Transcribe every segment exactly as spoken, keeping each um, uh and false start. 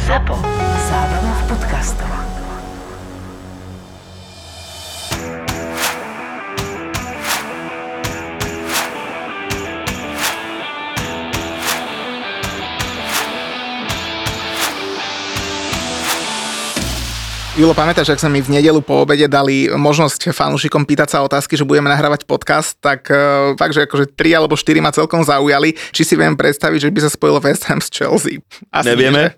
Zapo. Zábrná v podcastov. Julo, pamätáš, ak sa mi v nedeľu po obede dali možnosť fanúšikom pýtať sa otázky, že budeme nahrávať podcast, tak uh, fakt, že akože tri alebo štyri ma celkom zaujali. Či si viem predstaviť, že by sa spojilo West Ham s Chelsea? Asi nevieme.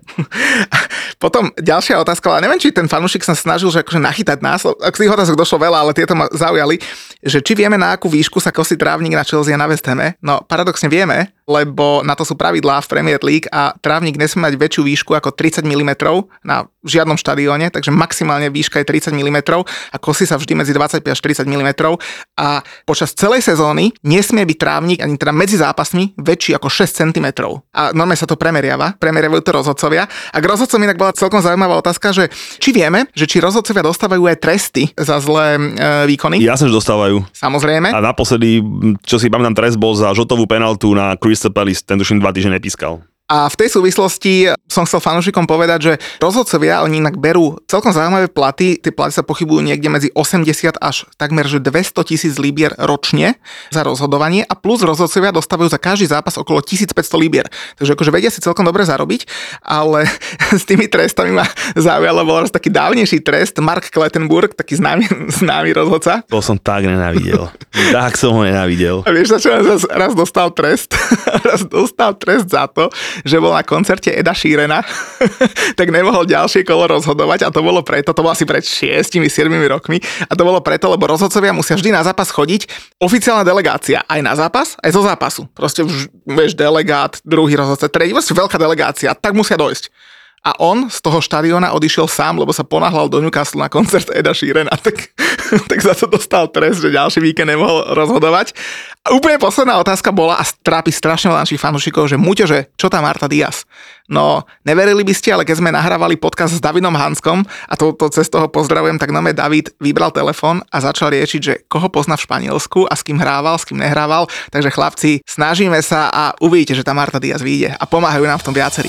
Potom ďalšia otázka, ale neviem, či ten fanúšik sa snažil že akože nachytať nás. Ak z tých otázok došlo veľa, ale tieto ma zaujali, že či vieme, na akú výšku sa kosí trávnik na Chelsea a na West Hame? No, paradoxne vieme, lebo na to sú pravidlá v Premier League a trávnik nesmie mať väčšiu výšku ako tridsať milimetrov na žiadnom štadióne, takže maximálne výška je tridsať milimetrov a kosí sa vždy medzi dvadsaťpäť až tridsať milimetrov a počas celej sezóny nesmie byť trávnik ani teda medzi zápasmi väčší ako šesť centimetrov. A normálne sa to premeriava, premeriavajú to rozhodcovia. A k rozhodcom inak bola celkom zaujímavá otázka, že či vieme, že či rozhodcovia dostávajú aj tresty za zlé e, výkony? Jasne, že dostávajú. Samozrejme. A naposledy, čo si pamätám, trest bol za žltovú penaltu na Crystal Palace, ten tuším dva týždne nepískal. A v tej súvislosti som chcel fanúšikom povedať, že rozhodcovia, oni inak berú celkom zaujímavé platy, tie platy sa pochybujú niekde medzi osemdesiat až takmer že dvesto tisíc libier ročne za rozhodovanie a plus rozhodcovia dostávajú za každý zápas okolo tisícpäťsto libier. Takže akože vedia si celkom dobre zarobiť, ale s tými trestami ma zaujalo, bol raz taký dávnejší trest, Mark Clattenburg, taký známy, známy rozhodca. To som tak nenávidel. Tak som ho nenávidel. A vieš, za čo raz, raz dostal trest? Raz dostal trest za to, že bol na koncerte Eda Sheerana, tak nemohol ďalšie kolo rozhodovať a to bolo preto, to bolo asi pred šiestimi siedmimi rokmi a to bolo preto, lebo rozhodcovia musia vždy na zápas chodiť, oficiálna delegácia, aj na zápas, aj zo zápasu. Proste, vieš, delegát, druhý rozhodca, tretí, proste veľká delegácia, tak musia dojsť. A on z toho štadióna odišiel sám, lebo sa ponáhľal do Newcastle na koncert Eda Sheerana, tak, tak za to dostal trest, že ďalší víkend nemohol rozhodovať. A úplne posledná otázka bola a trápi strašne veľa našich fanúšikov, že Muťo, že čo tá Marta Diaz? No, neverili by ste, ale keď sme nahrávali podcast s Davidom Hanskom a to, to cez toho pozdravujem, tak nome David vybral telefón a začal riešiť, že koho pozná v Španielsku a s kým hrával, s kým nehrával. Takže chlapci, snažíme sa a uvidíte, že tá Marta Diaz vyjde a pomáhajú nám v tom viacerí.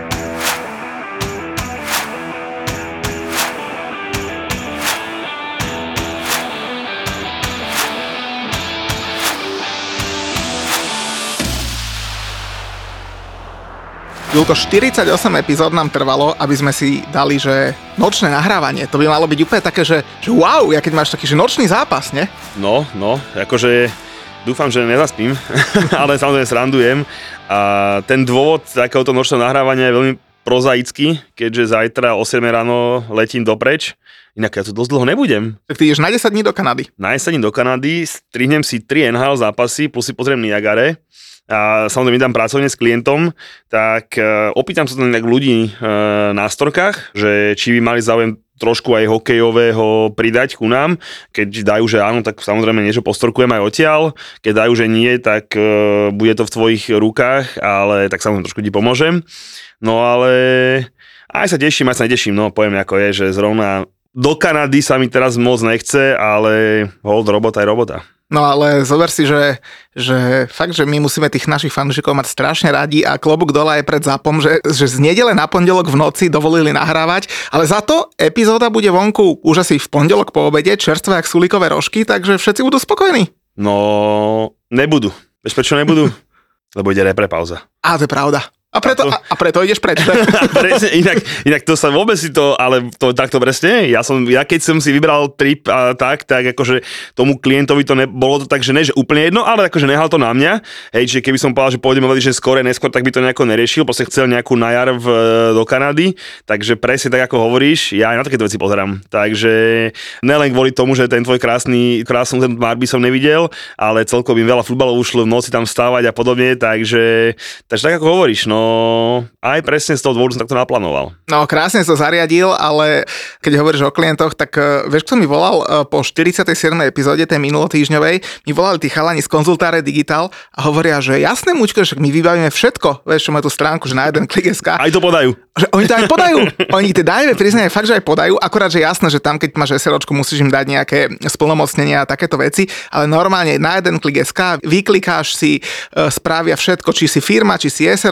Julko, štyridsaťosem epizód nám trvalo, aby sme si dali, že nočné nahrávanie. To by malo byť úplne také, že, že wow, ja keď máš taký, že nočný zápas, ne? No, no, akože dúfam, že nezaspím, ale samozrejme srandujem. A ten dôvod takéhoto nočného nahrávania je veľmi prozaický, keďže zajtra o siedmej ráno letím dopreč. Inak ja tu dosť dlho nebudem. Tak ty ideš na desať dní do Kanady. Na desať dní do Kanady, strihnem si tri en há el zápasy, plus si pozriem Niagare. A samozrejme dám pracovne s klientom, tak uh, opýtam sa tam nejak ľudí uh, na storkách, že či by mali záujem trošku aj hokejového pridať ku nám. Keď dajú, že áno, tak samozrejme niečo postorkujem aj odtiaľ. Keď dajú, že nie, tak uh, bude to v tvojich rukách, ale tak samozrejme trošku ti pomôžem. No ale aj sa teším, aj sa neteším, no poviem ako je, že zrovna do Kanady sa mi teraz moc nechce, ale hold, robota je robota. No ale zober si, že, že fakt, že my musíme tých našich fanúšikov mať strašne radi a klobúk dole aj pred zápom, že, že z nedele na pondelok v noci dovolili nahrávať, ale za to epizóda bude vonku už asi v pondelok po obede, čerstvé jak sulíkové rožky, takže všetci budú spokojní. No, nebudú. Vieš prečo nebudú? Lebo ide repre pauza. Á, to je pravda. A preto, a, a preto ideš preč. Presne, inak, inak to sa vôbec si to, ale to takto presne, ja som, ja keď som si vybral trip a tak, tak akože tomu klientovi to ne, bolo to tak, že ne, že úplne jedno, ale akože nehal to na mňa, hej, že keby som povedal, že pôjdeme vedieť, že skôr, neskôr, tak by to nejako neriešil, proste chcel nejakú na jar v, do Kanady, takže presne tak, ako hovoríš, ja aj na takéto veci pozerám, takže nelen kvôli tomu, že ten tvoj krásny, krásny ten tmár by som nevidel, ale celkovo by veľa futbalov ušlo v noci tam vstávať a podobne, takže, takže tak, ako hovoríš, no aj presne z toho dôvodu som takto naplánoval. No krásne to zariadil, ale keď hovoríš o klientoch, tak uh, vieš, kto mi volal uh, po štyridsiatej siedmej epizóde tej minulotýždňovej, mi volali tí chalani z Konzultáre Digital a hovoria, že jasné, Mučko, však my vybavíme všetko, vieš, čo má tú stránku, že na jeden klik bodka es ká. Aj to podajú. Že oni to aj podajú. Oni tie dajme priznanie fakt, že aj podajú, akorát, že jasné, že tam, keď máš SROčku, musíš im dať nejaké splnomocnenia a takéto veci, ale normálne na jeden klik bodka es ká vyklikáš si, uh, správia všetko, či si firma, či si SROčka, či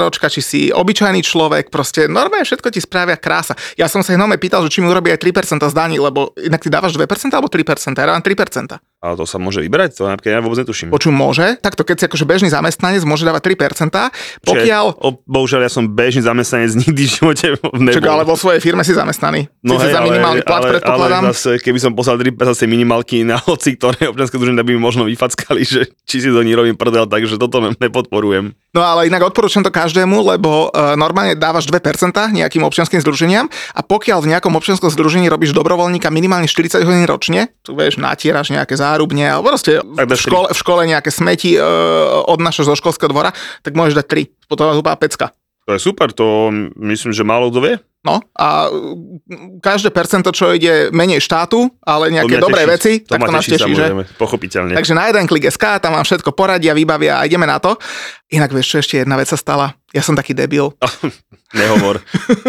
si obyčajný človek, proste normálne všetko ti spravia krása. Ja som sa hnome pýtal, že či mi urobí aj tri percentá z daní, lebo inak ty dávaš dve percentá alebo tri percentá, ja dávam tri percentá. Ale to sa môže vybrať, to napríklad ja vôbec netuším. Počuj, môže, takto keď si akože bežný zamestnanec môže dávať tri percentá, pokiaľ... Čiže, o, bohužiaľ, ja som bežný zamestnanec, nikdy v živote nebol. Čak, ale vo svojej firme si zamestnaný. No si hej, za minimálny ale, plat, ale, predpokladám. Ale zase, keby som poslal tri percentá minimálky na hoci, ktoré občianske združenie, by mi možno vyfackali, že či si do ní robím prdel, takže toto nepodporujem. No ale inak odporúčam to každému, lebo uh, normálne dávaš dve percentá nejakým občianskym združeniam a pokiaľ v nejakom občianskom združení robíš dobrovoľníka minimálne štyridsať hodín ročne, tu vieš, natieraš nejaké zárubne, alebo proste v škole, v škole nejaké smeti uh, odnášaš zo školského dvora, tak môžeš dať tri. Potom je úplná pecka. To je super, to myslím, že málo kto vie. No a každé percento, čo ide menej štátu, ale nejaké dobré teší, veci, to tak to nás teší, že? Pochopiteľne. Takže na jeden klik es ká, tam vám všetko poradia, vybavia a ideme na to. Inak vieš, čo ešte jedna vec sa stala? Ja som taký debil. Nehovor.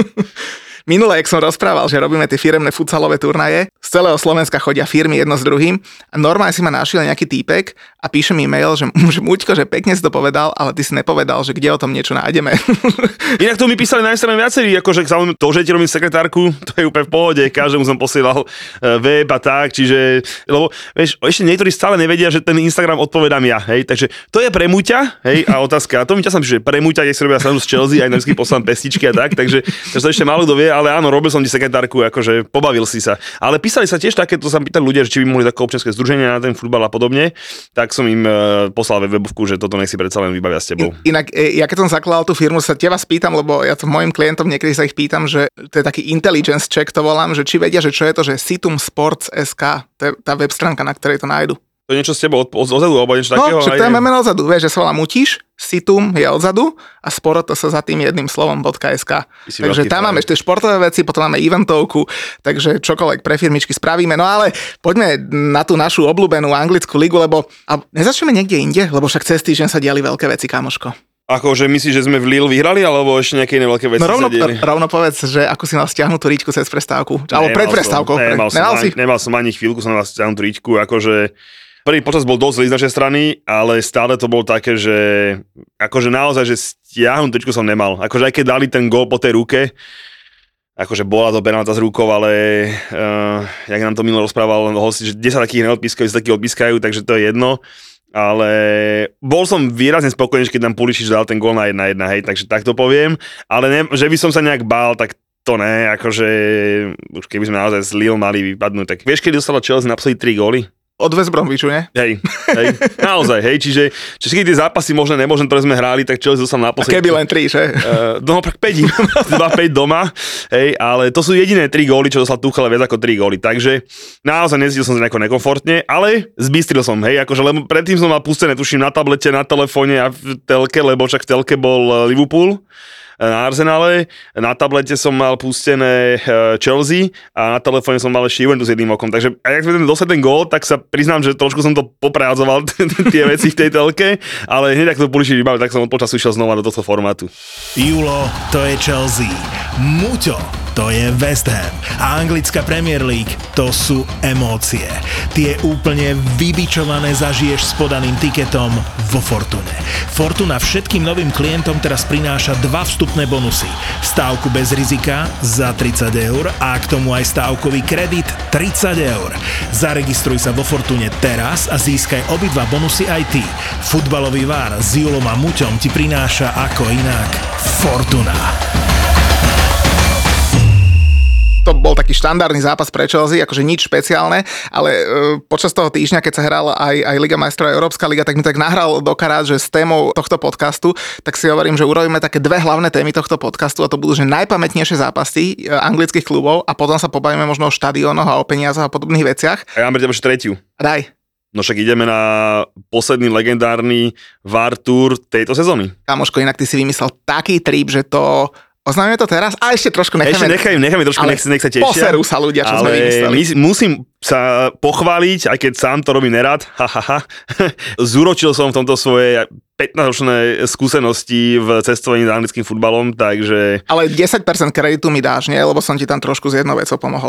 Minule, jak som rozprával, že robíme tie firemné futsalové turnaje, z celého Slovenska chodia firmy jedno s druhým a normálne si ma našiel nejaký týpek a píše mi mail, že, že Muťko, že pekne si to povedal, ale ty si nepovedal, že kde o tom niečo nájdeme. Inak to mi písali na Instagrame viacerí, akože to, že ti robím sekretárku, to je úplne v pohode, každému som posielal web a tak, čiže, lebo vieš, ešte niektorí stále nevedia, že ten Instagram odpovedám ja, hej, takže to je pre Muťa, hej, a otázka, a to mi ťa som píše, že pre Muťa, kde si robia sám z Chelsea, aj na vždy poslám pestičky a tak, takže, takže to ešte málo kto vie, ale áno, robil som ti sekretárku, akože pobavil si sa. Ale písali sa tiež také, to sa pýtali ľudia, že či by mohli také občianske združenie na ten futbal a podobne, tak som im e, poslal webovku, že toto nech si predsa len vybavia s tebou. Inak, e, ja keď som zakladal tú firmu, sa teba spýtam, lebo ja to mojim klientom niekedy sa ich pýtam, že to je taký intelligence check, to volám, že či vedia, že čo je to, že Situm Sports bodka es ká, to je tá web stránka, na ktorej to nájdu. To je niečo z teba od, od, odzadu, alebo niečo no, takého? No, však to je meno odzadu, vieš, že sa volá Mutíš, Situm je odzadu a Sport to sa za tým jedným slovom .sk. Takže tam máme ešte športové veci, potom máme eventovku, takže čokoľvek pre firmičky spravíme. No ale poďme na tú našu obľúbenú anglickú ligu, lebo a nezačneme niekde inde, lebo však cez týždeň sa diali veľké veci, kamoško. Akože myslíš, že sme v Lille vyhrali, alebo ešte nejaké iné veľké veci no rovno, sa dieli? Rovno povedz, že ako si mal stiahnutú ríčku cez prestávku, alebo pred prestávkou. Nemal, pre... nemal, som, ani, nemal som ani chvíľku, som mal stiahnutú ríčku, akože prvý počas bol dosť zlý z našej strany, ale stále to bolo také, že akože naozaj, že stiahnutú ríčku som nemal. Akože aj keď dali ten gól po tej ruke, akože bola to penálta z rukou, ale uh, jak nám to Milo rozprával, hoci, že desať takých neodpískajú, takí odpískajú, takže to je jedno. Ale bol som výrazne spokojný, keď nám Pulisic dal ten gól na jedna jedna, hej, takže tak to poviem. Ale ne, že by som sa nejak bál, tak to ne, akože už keby sme naozaj z Lille mali vypadnúť, tak vieš, kedy dostala Chelsea na posledný tri góly? Od West Bromwichu, ne? Hej, hej, naozaj, hej, čiže, čiže keď tie zápasy možno nemožné, ktoré sme hráli, tak Chelsea dostal na posledný. A keby len tri, že? Uh, no, tak päť, dva päť doma, hej, ale to sú jediné tri góly, čo dostal Tuchel viac ako tri góly, takže naozaj necítil som sa nejako nekomfortne, ale zbystril som, hej, akože, lebo predtým som mal pustené, tuším, na tablete, na telefóne a v telke, lebo však v telke bol Liverpool na Arsenále, na tablete som mal pustené Chelsea a na telefóne som mal ešte Juventus jedným okom, takže a jak sme dostali ten gól, tak sa priznám, že trošku som to poprádzoval tie veci v tej telke, ale hneď ak to Pulisic vybavil, tak som od počasu išiel znova do tohto formátu. Julo, to je Chelsea. Muťo, to je West Ham. A anglická Premier League, to sú emócie. Tie úplne vybičované zažiješ s podaným tiketom vo Fortune. Fortuna všetkým novým klientom teraz prináša dva vstupné bonusy. Stávku bez rizika za tridsať eur a k tomu aj stávkový kredit tridsať eur. Zaregistruj sa vo Fortune teraz a získaj obidva bonusy aj ty. Futbalový vár s Julom a Muťom ti prináša ako inak Fortuna. To bol taký štandardný zápas pre Chelsea, akože nič špeciálne, ale e, počas toho týždňa, keď sa hrala aj, aj Liga majstrov a Európska liga, tak mi tak nahral do karát, že s témou tohto podcastu, tak si hovorím, že urobíme také dve hlavné témy tohto podcastu a to budú, že najpamätnejšie zápasy e, anglických klubov a potom sa pobavíme možno o štadiónoch a o peniazoch a podobných veciach. A ja mám pre teba ešte tretiu. Daj. No však ideme na posledný legendárny V á er Tour tejto sezóny. Kamoško, inak ty si vymyslel taký trip, že to... Oznámime to teraz? A ešte trošku necháme... Ešte necháme, necháme trošku, nech, nech sa tešia. Poserú sa ľudia, čo sme vymysleli. Ale musím sa pochváliť, aj keď sám to robím nerad. Ha, ha, ha. Zúročil som v tomto svoje pätnásťročné skúsenosti v cestovaní s anglickým futbalom, takže... Ale desať percent kreditu mi dáš, nie? Lebo som ti tam trošku z jednou vecou pomohol.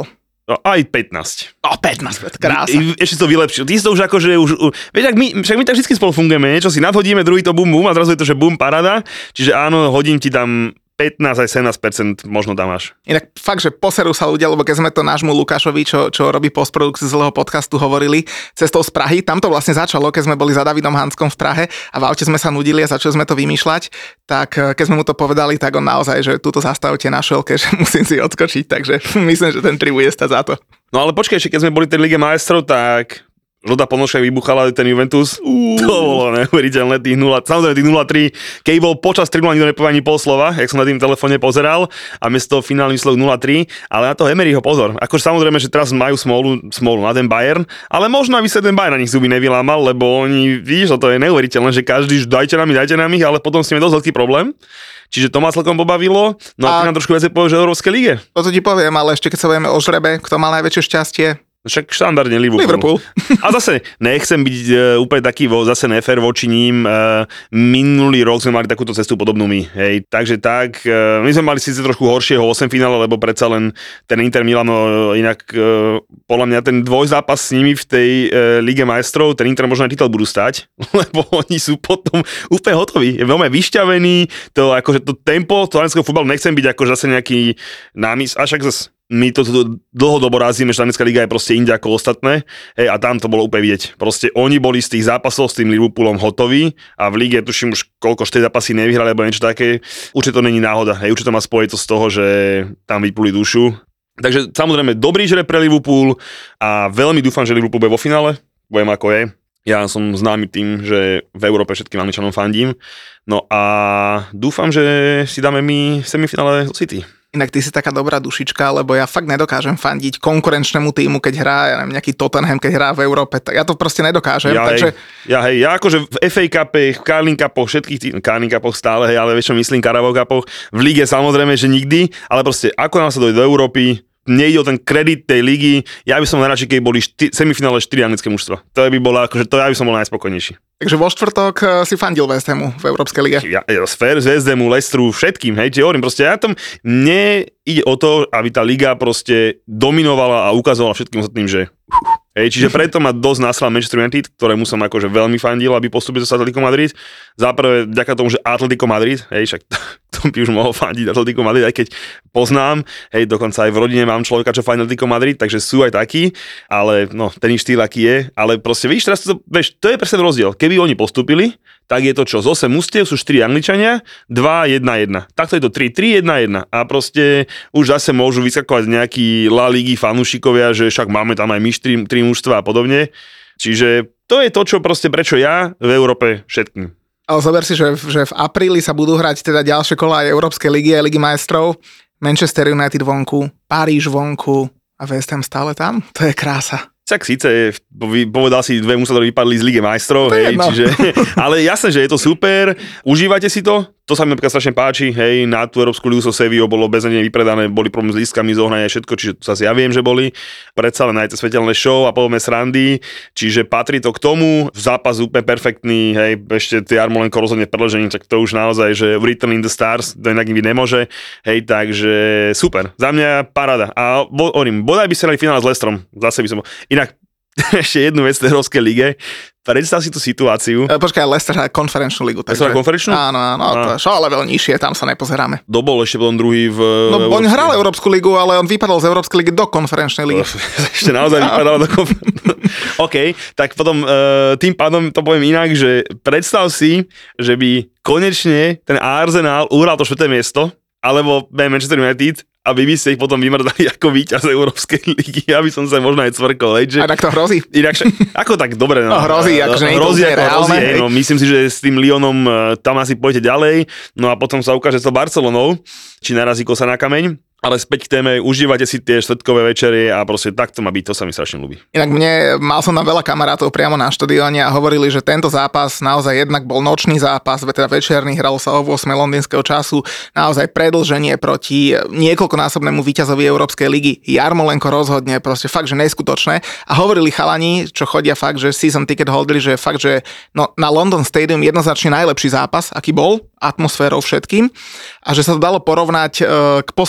No, aj pätnásť. O, pätnásť, krása. I, ešte to vylepšil. Ty si to už ako, že už, vieš, ak my, však my tak vždy spolu fungujeme, niečo si nadhodíme, druhý to bum bum a zrazu je to, že bum, parada. Čiže áno, hodím ti tam pätnásť aj sedemnásť percent možno tam máš. Inak fakt, že poserú sa ľudia, lebo keď sme to nášmu Lukášovi, čo, čo robí postprodukciu celého podcastu, hovorili cestou z Prahy, tam to vlastne začalo, keď sme boli za Davidom Hanskom v Prahe a v aute sme sa nudili a začali sme to vymýšľať, tak keď sme mu to povedali, tak on naozaj, že túto zastavte na šelke, že musím si odskočiť, takže myslím, že ten tri bude stať za to. No ale počkaj, ešte keď sme boli v tej Lige majstrov, tak žltá ponožka vybuchala ten Juventus. Uh. To bolo neuveriteľné, tých nula, samozrejme tých nula tri, keď bol počas tribuny, nikto nepovie ani pol slova, jak som na tým telefóne pozeral a miesto toho finálny výsledok nula tri, ale na to Emeryho pozor. Akože samozrejme, že teraz majú smolu, smolu na ten Bayern, ale možno aby sa ten Bayern na nich zuby nevylámal, lebo oni, vidíš, to je neuveriteľné, že každý, dajte nám ich, dajte nám ich, ale potom s tým je dosť veľký problém. Čiže to ma celkom pobavilo. No a ty nám trošku viac povieš o Európskej lige. To ti poviem, ale ešte keď sa budeme o žrebe, kto mal najväčšie šťastie? Však štandardne Liverpool. Liverpool. A zase nechcem byť uh, úplne taký vo, zase nefér voči ním. Uh, minulý rok sme mali takúto cestu podobnú my. Hej. Takže tak, uh, my sme mali síce trošku horšieho osemfinále, lebo predsa len ten Inter Milano, uh, inak uh, podľa mňa ten dvojzápas s nimi v tej uh, Lige majstrov, ten Inter možno aj titul budú stať, lebo oni sú potom úplne hotoví. Je veľmi vyšťavený, to, akože to tempo talianskeho futbalu nechcem byť akože zase nejaký námys, a však zase my to, to dlhodobo razíme, že Talianská liga je proste inde ako ostatné, hej, a tam to bolo úplne vidieť. Proste oni boli z tých zápasov s tým Liverpoolom hotoví a v lige tuším už koľko štyri zápasy nevyhrali alebo niečo také. Určite to není náhoda, hej, určite to má spojitosť z toho, že tam vypluli dušu. Takže samozrejme dobrý žreb pre Liverpool a veľmi dúfam, že Liverpool bude vo finále, budem ako je. Ja som známy tým, že v Európe všetkým Angličanom fandím. No a dúfam, že si dáme my v semifinále zo City. Inak ty si taká dobrá dušička, lebo ja fakt nedokážem fandiť konkurenčnému týmu, keď hrá, ja neviem, nejaký Tottenham, keď hrá v Európe. Ja to proste nedokážem. Ja, takže... hej, ja hej, ja akože v ef á Cupe, v Carling Cupoch, všetkých tých, Carling Cupoch stále, hej, ale vieš čo myslím, Carabao Cupoch, v lige samozrejme, že nikdy, ale proste ako nám sa dojde do Európy, nejde o ten kredit tej ligy, ja by som najradšej, keď boli šty, semifinále štyri anglické mužstva. To by bolo, akože to ja by som bol najspokojnejší. Takže vo štvrtok si fandil West Hamu v Európskej lige. Ja, ja z West Hamu, Leicesteru, všetkým, hej, čiže hovorím, proste ja tom, mne ide o to, aby tá liga proste dominovala a ukazovala všetkým ostatným, že hej, čiže preto ma dosť nasral Manchester United, ktorému som akože veľmi fandil, aby postúpil z Atletico Madrid. Záprve vďaka tomu, že Atletico Madrid, hej, však to, to by už mohol fandiť Atletico Madrid, aj keď poznám, hej, dokonca aj v rodine mám človeka, čo fandí Atletico Madrid, takže sú aj takí, ale no, ten ich štýl aký je, ale proste vidíš, teraz to, vieš, to je presne rozdiel. Keby oni postúpili, tak je to čo, z osem mužstiev sú štyri Angličania, dva jedna jedna. Takto je to tri tri jedna jedna. A proste už zase môžu vyskakovať nejakí La Ligy fanúšikovia, že však máme tam aj my tri mužstva a podobne. Čiže to je to, čo proste prečo ja v Európe všetkým. Ale zober si, že, že v apríli sa budú hrať teda ďalšie kola aj Európskej ligy, aj Ligy majstrov. Manchester United vonku, Paríž vonku a West Ham stále tam. To je krása. Tak síce, povedal si, dve musia, ktoré vypadli z Lige majstrov, hej, čiže, ale jasné, že je to super, užívajte si to, to sa mi napríklad strašne páči, hej, na tú Európsku ligu so Sevillou bolo beznadejne vypredané, boli problém s lístkami, zohnanie všetko, čiže to sa ja viem, že boli, predsa len aj tie svetelné show a podobné srandy, čiže patrí to k tomu, zápas úplne perfektný, hej, ešte tie Jarmolenko rozhodne predĺžení, tak to už naozaj, že Return in the Stars, to inak nikdy nemôže, hej, takže super, za mňa paráda a hovorím, bodaj by sa hrali finál s Leicesterom, zase by som bol. Inak ešte jednu vec v Európskej lige. Predstav si tú situáciu. E, počkaj, Leicester hrá konferenčnú ligu. Takže... konferenčnú? Áno, áno, to je šo level nižšie, tam sa nepozeráme. Kto bol ešte potom druhý v No, on hral Európsku ligu, ale on vypadol z Európskej ligy do konferenčnej ligy. Ešte naozaj vypadal do konferenčnej. OK, tak potom uh, tým pádom to poviem inak, že predstav si, že by konečne ten Arsenal uhral to štvrté miesto, alebo Manchester United, aby by ste ich potom vymrdali ako víťaz Európskej ligy, aby som sa možno aj cvrkol. Hej, že... A tak to hrozí. Inakšie, ako tak, dobre. No, no hrozí, akože nie hrozí, to ako reálne. Hrozí, hej, no, myslím si, že s tým Lyonom tam asi pôjdete ďalej, no a potom sa ukáže s tou Barcelonou, či narazí kosa na kameň. Ale späť k téme, užívajte si tie štvrtkové večery a proste tak to má byť, to sa mi strašne ľúbi. Inak mne, mal som tam veľa kamarátov priamo na štadióne a hovorili, že tento zápas naozaj jednak bol nočný zápas, teda večerný, hralo sa o ôsmej londýnskeho času, naozaj predĺženie proti niekoľkonásobnému víťazovi Európskej ligy. Jarmolenko rozhodne, proste fakt, že neskutočné. A hovorili chalani, čo chodia fakt, že season ticket holderi, že fakt, že no, na London Stadium jednoznačne najlepší zápas, aký bol, atmosférou všetkým a že sa to dalo porovnať e, k poslednému zápasu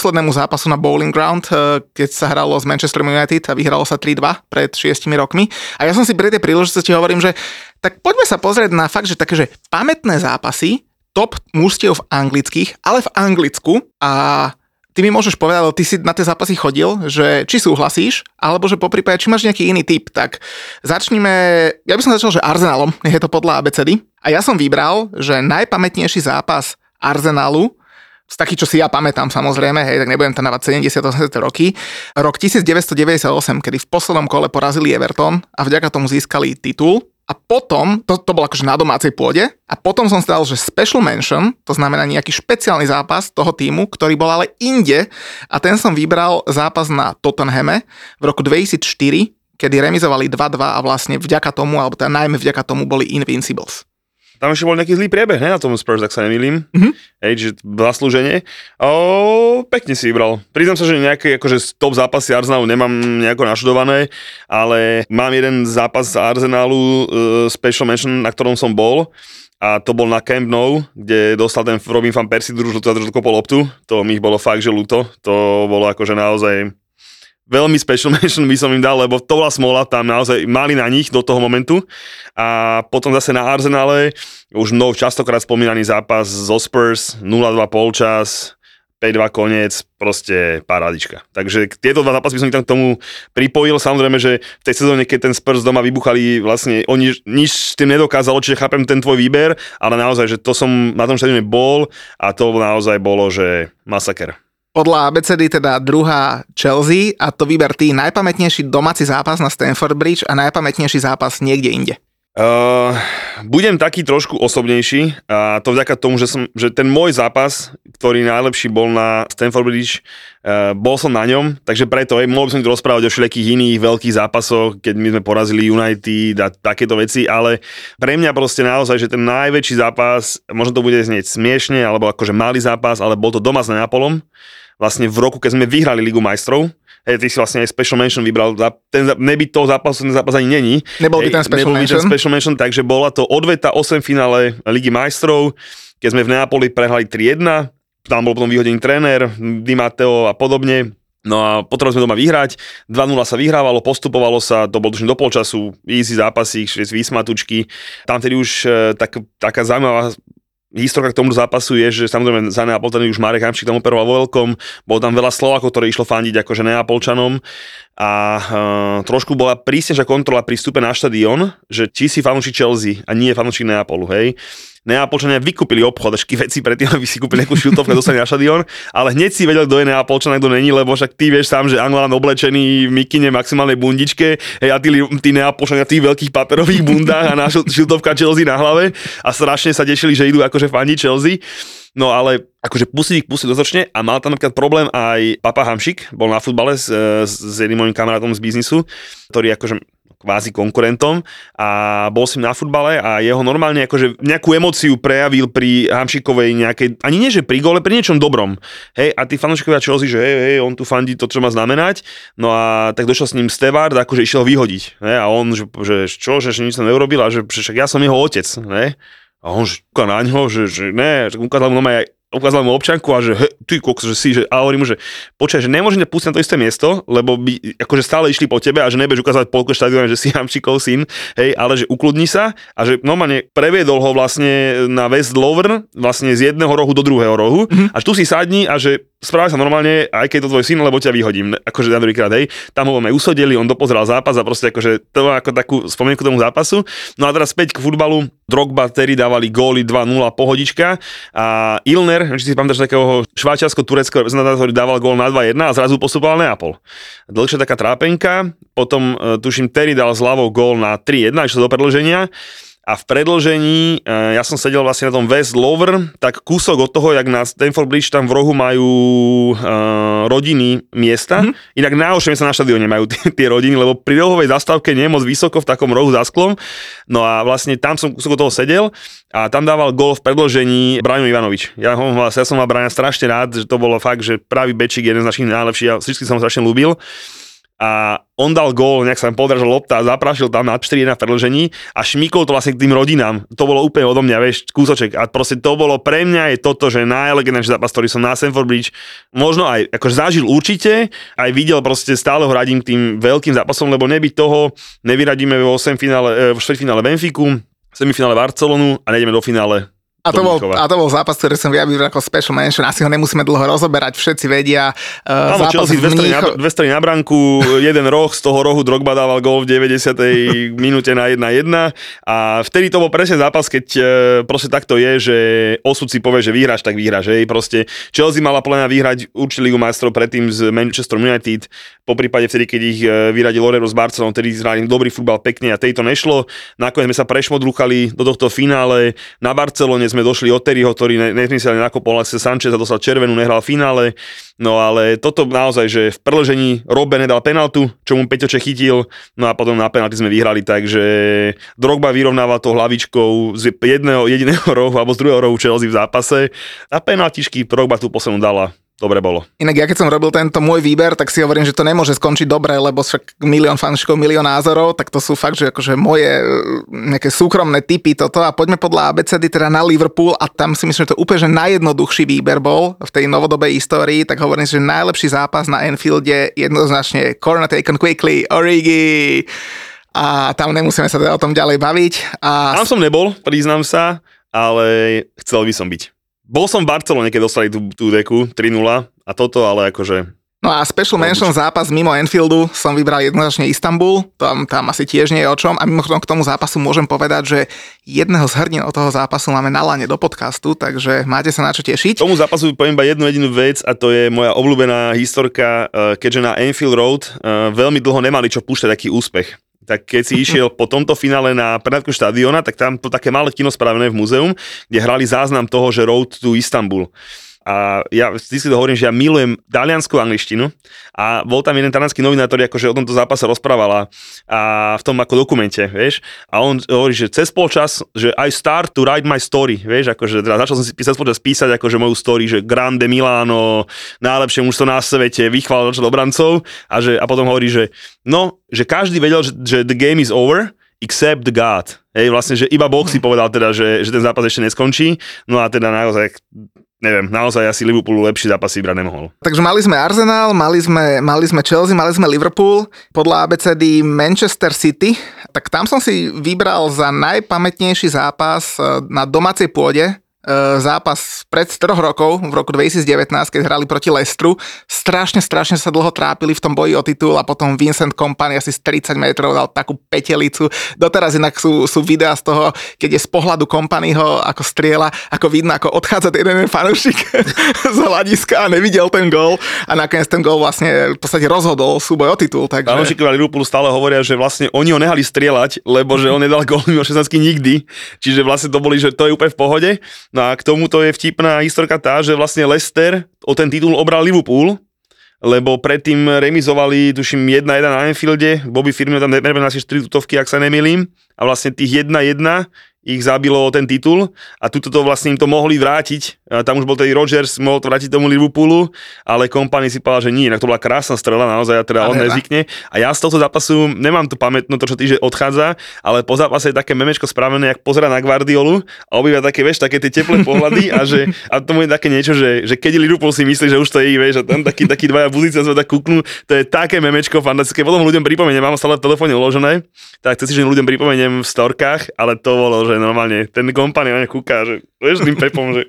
zápasu na Bowling Ground, keď sa hralo s Manchester United a vyhralo sa tri dva pred šiestimi rokmi. A ja som si pri tej príležitosti hovorím, že tak poďme sa pozrieť na fakt, že také, že pamätné zápasy top mužstiev v anglických, ale v Anglicku a ty mi môžeš povedať, ale ty si na tie zápasy chodil, že či súhlasíš, alebo že poprípade, či máš nejaký iný typ, tak začnime, ja by som začal, že Arsenalom, je to podľa á bé cé dé. A ja som vybral, že najpamätnejší zápas Arsenalu, z taký, čo si ja pamätám samozrejme, hej, tak nebudem tam dávať sedemdesiate osemdesiate roky, rok devätnásťstodeväťdesiatosem, kedy v poslednom kole porazili Everton a vďaka tomu získali titul. A potom, to, to bolo akože na domácej pôde, a potom som si dal, že special mention, to znamená nejaký špeciálny zápas toho týmu, ktorý bol ale inde, a ten som vybral zápas na Tottenhame v roku dvetisícštyri, kedy remizovali dva dva a vlastne vďaka tomu, alebo teda najmä vďaka tomu boli Invincibles. Tam ešte bol nejaký zlý priebeh, ne, na tom Spurs, ak sa nemýlim. Mm-hmm. Hej, že zaslúženie. O, pekne si vybral. Priznám sa, že nejaké akože top zápasy Arsenalu nemám nejako naštudované, ale mám jeden zápas Arsenalu uh, special mention, na ktorom som bol. A to bol na Camp Nou, kde dostal ten Robin van Persie druhú žltú a držal kopol loptu. To mi bolo fakt, že ľúto. To bolo akože naozaj veľmi special mention by som im dal, lebo to bola smola, tam naozaj mali na nich do toho momentu. A potom zase na Arsenale, už no, častokrát spomínaný zápas zo Spurs, nula dva polčas, päť dva koniec, proste parádička. Takže tieto dva zápasy by som tam k tomu pripojil. Samozrejme, že v tej sezóne, keď ten Spurs doma vybuchali, vlastne oni nič s tým nedokázalo, čiže chápem ten tvoj výber, ale naozaj, že to som na tom štadióne bol a to naozaj bolo, že masaker. Podľa á bé cé dé teda druhá Chelsea a to vyber ty najpamätnejší domáci zápas na Stamford Bridge a najpamätnejší zápas niekde inde. Uh, budem taký trošku osobnejší a to vďaka tomu, že, som, že ten môj zápas, ktorý najlepší bol na Stamford Bridge, uh, bol som na ňom, takže preto aj mohol by som ti rozprávať o všelijakých iných veľkých zápasoch, keď my sme porazili United a takéto veci, ale pre mňa proste naozaj, že ten najväčší zápas, možno to bude znieť smiešne, alebo akože malý zápas, ale bol to doma s Neapolom, vlastne v roku, keď sme vyhrali Ligu majstrov. Hej, ty si vlastne aj special mention vybral, ten nebyť toho zápasu, ten zápas ani není. Nebol by ten special nebol mention. By ten special mention, takže bola to odveta osem finále Ligy majstrov, keď sme v Neapoli prehrali tri jedna, tam bol potom vyhodený tréner, Di Matteo a podobne. No a potrebovali sme doma vyhrať, dva nula sa vyhrávalo, postupovalo sa, to bol tuším do polčasu, easy zápasík, výsmatučky. Tam tedy už tak, taká zaujímavá historka k tomu zápasu je, že samozrejme za Neapolčany už Marek Hamšík tam operoval vo veľkom, bolo tam veľa Slovákov, ktorí išlo fandiť akože Neapolčanom a uh, trošku bola prísnejšia kontrola pri vstupe na štadión, že či si fanúšik Chelsea a nie fanúšik Neapolu, hej. Neapolčania vykúpili obchod, ešte veci predtým, aby si kúpili nejakú šiltovku a dostali na štadión, ale hneď si vedel, kto je Neapolčan a kto není, lebo však ty vieš sám, že Anglán oblečený v mikine maximálnej bundičke, hej, a tí, tí Neapolčania v tých veľkých paperových bundách a na šiltovka Chelsea na hlave a strašne sa tešili, že idú akože faniť Chelsea. No ale akože pustiť ich pustiť dotočne a mal tam napríklad problém aj Papa Hamšík, bol na futbale s, s jedným mojím kamarátom z biznisu, ktorý akože kvázi konkurentom a bol si na futbale a jeho normálne akože nejakú emóciu prejavil pri Hamšíkovej nejakej, ani nie že pri gole, pri niečom dobrom. Hej, a tí fanúšikovia Chelsea, že hej, hej, on tu fandí to, čo má znamenať. No a tak došiel s ním Steward, akože išiel vyhodiť. Hej, a on, že, že čo, že, že nič som neurobil a že, že však ja som jeho otec. Hej. A on že kúka na ňo, že, že ne, že ukázal mu aj ukázal mu občanku a že he, ty kokos, že si, že, a hovorím mu, že počkaj, že nemôžem ťa pustiť na to isté miesto, lebo by akože stále išli po tebe a že nebudeš ukázať polko štadióne, že si Hamšíkov syn, hej, ale že ukludni sa a že normálne previedol ho vlastne na West Lower, vlastne z jedného rohu do druhého rohu, mm-hmm. až tu si sadni a že správaj sa normálne, aj keď to tvoj syn, lebo ťa vyhodím, akože na druhýkrát, hej, tam ho aj usodili, on dopozeral zápas a proste akože to má ako takú spomienku tomu zápasu. No a teraz späť k futbalu, Drogba, Terry dávali góly dva nula pohodička a Ilner, či si pamätáš takého švajčiarsko-tureckého reprezentanta, ktorý dával gól na dva jedna a zrazu postupoval Neapol. Dlhšia taká trápenka, potom tuším Terry dal zľavou gól na tri jedna, išlo do predĺženia. A v predĺžení, ja som sedel vlastne na tom West Lower, tak kúsok od toho, jak na Stamford Bridge tam v rohu majú uh, rodiny miesta. Mm-hmm. Inak najhoršie sa na štadióne majú t- tie rodiny, lebo pri rohovej zastávke nie je moc vysoko v takom rohu za sklom. No a vlastne tam som kúsok od toho sedel a tam dával gól v predĺžení Braňo Ivanovič. Ja, ho, ja som mal Braňa strašne rád, že to bolo fakt, že pravý bečík, jeden z našich najlepších a vždy som ho strašne ľúbil. a on dal gól, nejak sa mi podržal lopta a zaprášil tam na štyri jedna v predĺžení a šmykol to vlastne k tým rodinám. To bolo úplne odo mňa, vieš, kúsoček. A proste to bolo pre mňa je toto, že najlegendárnejší zápas, ktorý som na Stamford Bridge možno aj akože zažil určite, aj videl proste stále ho radím k tým veľkým zápasom, lebo nebyť toho, nevyradíme vo semifinále, v štvrťfinále Benfiku, semifinále Barcelonu a nejdeme do finále. A to, bol, a to bol zápas, ktorý som vyjavil ako special mention. Asi ho nemusíme dlho rozoberať, všetci vedia. Uh, Áno, zápas Chelsea dve strany, na, dve strany na branku, jeden roh, z toho rohu Drogba dával gól v deväťdesiatej minúte na jedna jedna a vtedy to bol presne zápas, keď uh, proste takto je, že osud si povie, že vyhráš, tak vyhráš. Hej. Proste Chelsea mala plná vyhrať určite Ligu majstrov predtým z Manchester United, po prípade vtedy, keď ich uh, vyradil Lorero z Barcelonou, vtedy zhrali dobrý futbal pekne a tej to nešlo. Nakoniec sme sa prešmodrúchali do tohto finále na Barcelone, sme došli od Terryho, ktorý nezmyselne nakopol Alexe Sancheza, dostal červenú, nehral v finále. No ale toto naozaj, že v predĺžení Robben nedal penaltu, čo mu Peťoče chytil, no a potom na penalty sme vyhrali, takže Drogba vyrovnával to hlavičkou z jedného jediného rohu alebo z druhého rohu Chelsea v zápase a penaltičky Drogba tú poslednú dala. Dobre bolo. Inak ja keď som robil tento môj výber, tak si hovorím, že to nemôže skončiť dobre, lebo však milión fanúšikov, milión názorov, tak to sú fakt, že akože moje nejaké súkromné tipy toto a poďme podľa á bé cé dé teda na Liverpool a tam si myslím, že to úplne že najjednoduchší výber bol v tej novodobej histórii, tak hovorím si, že najlepší zápas na Anfielde jednoznačne corner taken quickly, Origi a tam nemusíme sa teda o tom ďalej baviť. A... Tam som nebol, priznám sa, ale chcel by som byť. Bol som v Barcelone, keď dostali tú, tú deku tri nula a toto, ale akože... No a special mention zápas mimo Anfieldu som vybral jednoznačne Istanbul, tam, tam asi tiež nie je o čom a mimochodom k tomu zápasu môžem povedať, že jedného z hrdinov toho zápasu máme na lane do podcastu, takže máte sa na čo tešiť. Tomu zápasu poviem iba jednu jedinú vec a to je moja obľúbená historka, keďže na Anfield Road veľmi dlho nemali čo púšťať taký úspech. Tak keď si išiel po tomto finále na prednášku štadióna, tak tam to také malé kino spravené v múzeum, kde hrali záznam toho, že Road to Istanbul. A ja vždy si to hovorím, že ja milujem taliansku angličtinu a bol tam jeden taliansky novinár, ktorý akože o tomto zápase rozprával a v tom ako dokumente, vieš. A on hovorí, že cez polčas, že I start to write my story, vieš, akože teda začal som si cez polčas písať akože moju story, že Grande Milano, najlepšie mužstvo na svete, vychválil obrancov a, že, a potom hovorí, že no, že každý vedel, že, že the game is over, except the God. Hej, vlastne, že iba Boh si povedal teda, že, že ten zápas ešte neskončí, no a teda naozaj neviem, naozaj asi Liverpoolu lepší zápas si vybrať nemohol. Takže mali sme Arsenal, mali sme, mali sme Chelsea, mali sme Liverpool, podľa á bé cé dé Manchester City, tak tam som si vybral za najpamätnejší zápas na domácej pôde, zápas pred troch rokov, v roku dvetisícdevätnásť, keď hrali proti Leicesteru. Strašne, strašne sa dlho trápili v tom boji o titul a potom Vincent Kompany asi z tridsať metrov dal takú petelicu. Doteraz inak sú, sú videá z toho, keď je z pohľadu Kompanyho ako strieľa, ako vidno, ako odchádza ten jeden fanúšik z hľadiska a nevidel ten gól a nakoniec ten gól vlastne v podstate rozhodol súboj o titul. Takže... Fanúšikovia Liverpoolu stále hovoria, že vlastne oni ho nehali strieľať, lebo že on nedal gól mimo šestnástky nikdy. Čiže vlastne to boli, že to je úplne v pohode. No a k tomuto je vtipná historka tá, že vlastne Leicester o ten titul obral Liverpool, lebo predtým remizovali, tuším, jedna jedna na Anfielde, Bobby Firmino tam nepremenil asi štyri tutovky, ak sa nemýlim, a vlastne tých jedna jedna ich zabilo o ten titul a tuto to vlastne im to mohli vrátiť. A tam už bol tedy Rodgers, mohol to vrátiť tomu Liverpoolu, ale Kompany si povedal, že nie, inak to bola krásna strela, naozaj, a teda on nezvykne. A ja z tohto zápasu nemám tu pamätnú to, čo ty, že odchádza, ale po zápase je také memečko spravené, jak pozerá na Guardiolu a obýva také, vieš, také tie teplé pohľady a že a tomu je také niečo, že, že keď Liverpool si myslí, že už to je, vieš, a tam takí, takí dvaja buzice sa tak kúknú, to je také memečko fantastické. Potom ľuďom pripomeniem, mám stále v telefóne uložené, tak chcem si, že ľuďom pripomeniem v storkách, ale to bolo, že normálne ten Kompany na ne kúka, že vieš, tým Pepom, že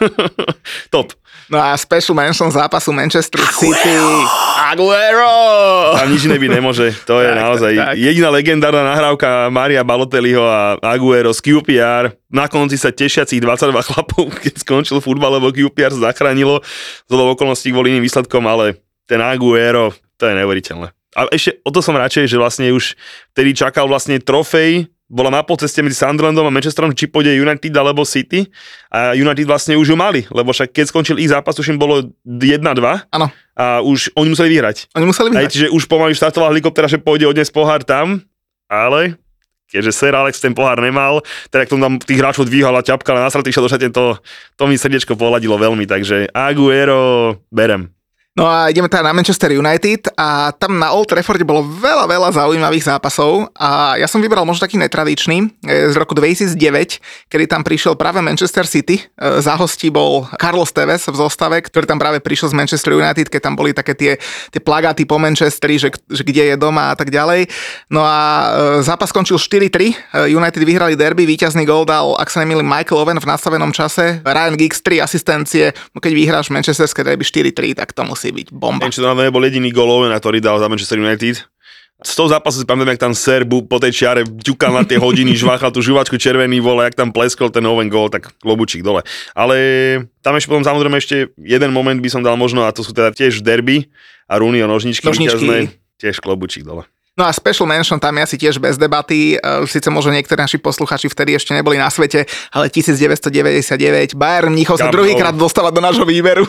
top. No a special mention zápasu Manchester City. Aguero! A nič iné by nemôže. To je tak, naozaj tak, tak. Jediná legendárna nahrávka Maria Balotelliho a Aguero z Q P R. Na konci sa tešiacich dvadsaťdva chlapov, keď skončil futbal, lebo Q P R sa zachránilo z okolností kvôli iným výsledkom, ale ten Aguero, to je neuveriteľné. A ešte o to som radšej, že vlastne už vtedy čakal vlastne trofej, bola na polceste medzi Sunderlandom a Manchesterom, či pôjde United alebo City a United vlastne už ju mali, lebo však keď skončil ich zápas, už im bolo jedna dva. Áno. A už oni museli vyhrať. Oni museli vyhrať. Aj, čiže už pomaly štartovala helikoptera, že pôjde odnes pohár tam, ale keďže Sir Alex ten pohár nemal, tak tomu tam tých hráčov dvíhal a ťapkal a nasratý šiel do šatne, to, to mi srdiečko pohľadilo veľmi, takže Aguero berem. No a ideme teda na Manchester United a tam na Old Trafforde bolo veľa, veľa zaujímavých zápasov a ja som vybral možno taký netradičný z roku dvetisícdeväť, kedy tam prišiel práve Manchester City. Za hostí bol Carlos Tevez v zostave, ktorý tam práve prišiel z Manchester United, keď tam boli také tie, tie plagáty po Manchesteri, že, že kde je doma a tak ďalej. No a zápas skončil štyri tri, United vyhrali derby, víťazný gól dal, ak sa nemýlim, Michael Owen v nastavenom čase, Ryan Giggs tri asistencie, keď vyhráš manchesterské derby štyri tri, tak to musí byť bomba. Neviem, či to nebol jediný gól Owena, ktorý dal za Manchester United. Z toho zápasu si pamätám, jak tam Serbu po tej čiare ťukal na tie hodiny, žváchal tú žuvačku červený, vole, jak tam pleskol ten Owen gól, tak klobučík dole. Ale tam ešte potom samozrejme ešte jeden moment by som dal možno, a to sú teda tiež derby a Rooney o nožničky, nožničky. Víťazné, tiež klobučík dole. No a special mention tam je asi tiež bez debaty, síce možno niektorí naši posluchači vtedy ešte neboli na svete, ale devätnásťstodeväťdesiatdeväť Bayern Mníchov sa druhýkrát dostáva do nášho výberu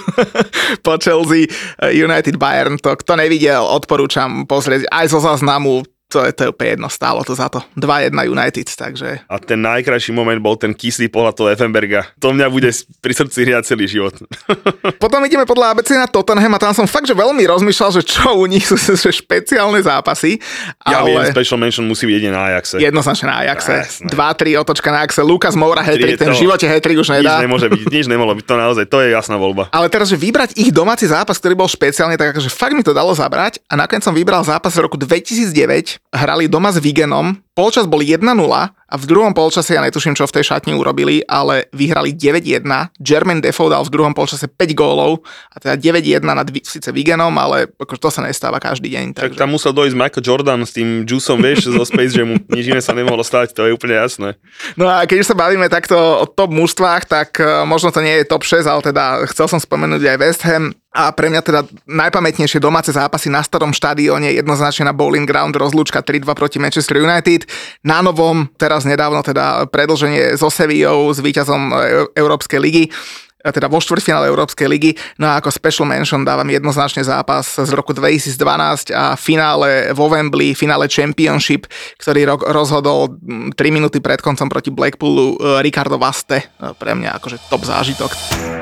po Chelsea United Bayern, to kto nevidel, odporúčam pozrieť aj zo záznamu. To je, to je úplne jedno, stálo to za to. dva jedna United, takže... A ten najkrajší moment bol ten kyslý pohľad toho Effenberga. To mňa bude pri srdci hriať celý život. Potom ideme podľa á bé cé na Tottenham a tam som fakt, že veľmi rozmýšľal, že čo u nich sú špeciálne zápasy. Ja ale... viem, special mention musí byť jedine na Ajaxe. Jednoznačne na Ajaxe. Jasné. dva tri otočka na Ajaxe. Lukas Moura hat-trick, ten v živote hat-trick už nedá. Nič nemôže byť, nič nemohlo byť, to naozaj, to je jasná voľba. Ale teraz, že vybrať ich domáci zápas, ktorý bol špeciálne, tak akože fakt mi to dalo zabrať a nakoniec som vybral zápas z roku dvetisícdeväť. Hrali doma s Wiganom, polčas bol jedna nula a v druhom polčase, ja netuším, čo v tej šatni urobili, ale vyhrali deväť jedna. Jermaine Defoe dal v druhom polčase päť gólov a teda deväť jedna nad síce Wiganom, ale akože to sa nestáva každý deň. Tak Takže... tam musel dojsť Michael Jordan s tým juiceom, vieš, zo Space Jamu, nič iné sa nemohlo stať, to je úplne jasné. No a keď už sa bavíme takto o top mužstvách, tak možno to nie je top šesť, ale teda chcel som spomenúť aj West Ham. A pre mňa teda najpamätnejšie domáce zápasy na starom štadióne, jednoznačne na Bowling Ground, rozlúčka tri dva proti Manchester United. Na novom, teraz nedávno teda predĺženie so Sevillou, s víťazom Európskej ligy, teda vo štvrťfinále Európskej ligy. No a ako special mention dávam jednoznačne zápas z roku dvetisícdvanásť a finále vo Wembley, finále Championship, ktorý rozhodol tri minúty pred koncom proti Blackpoolu Ricardo Vaste. Pre mňa akože top zážitok.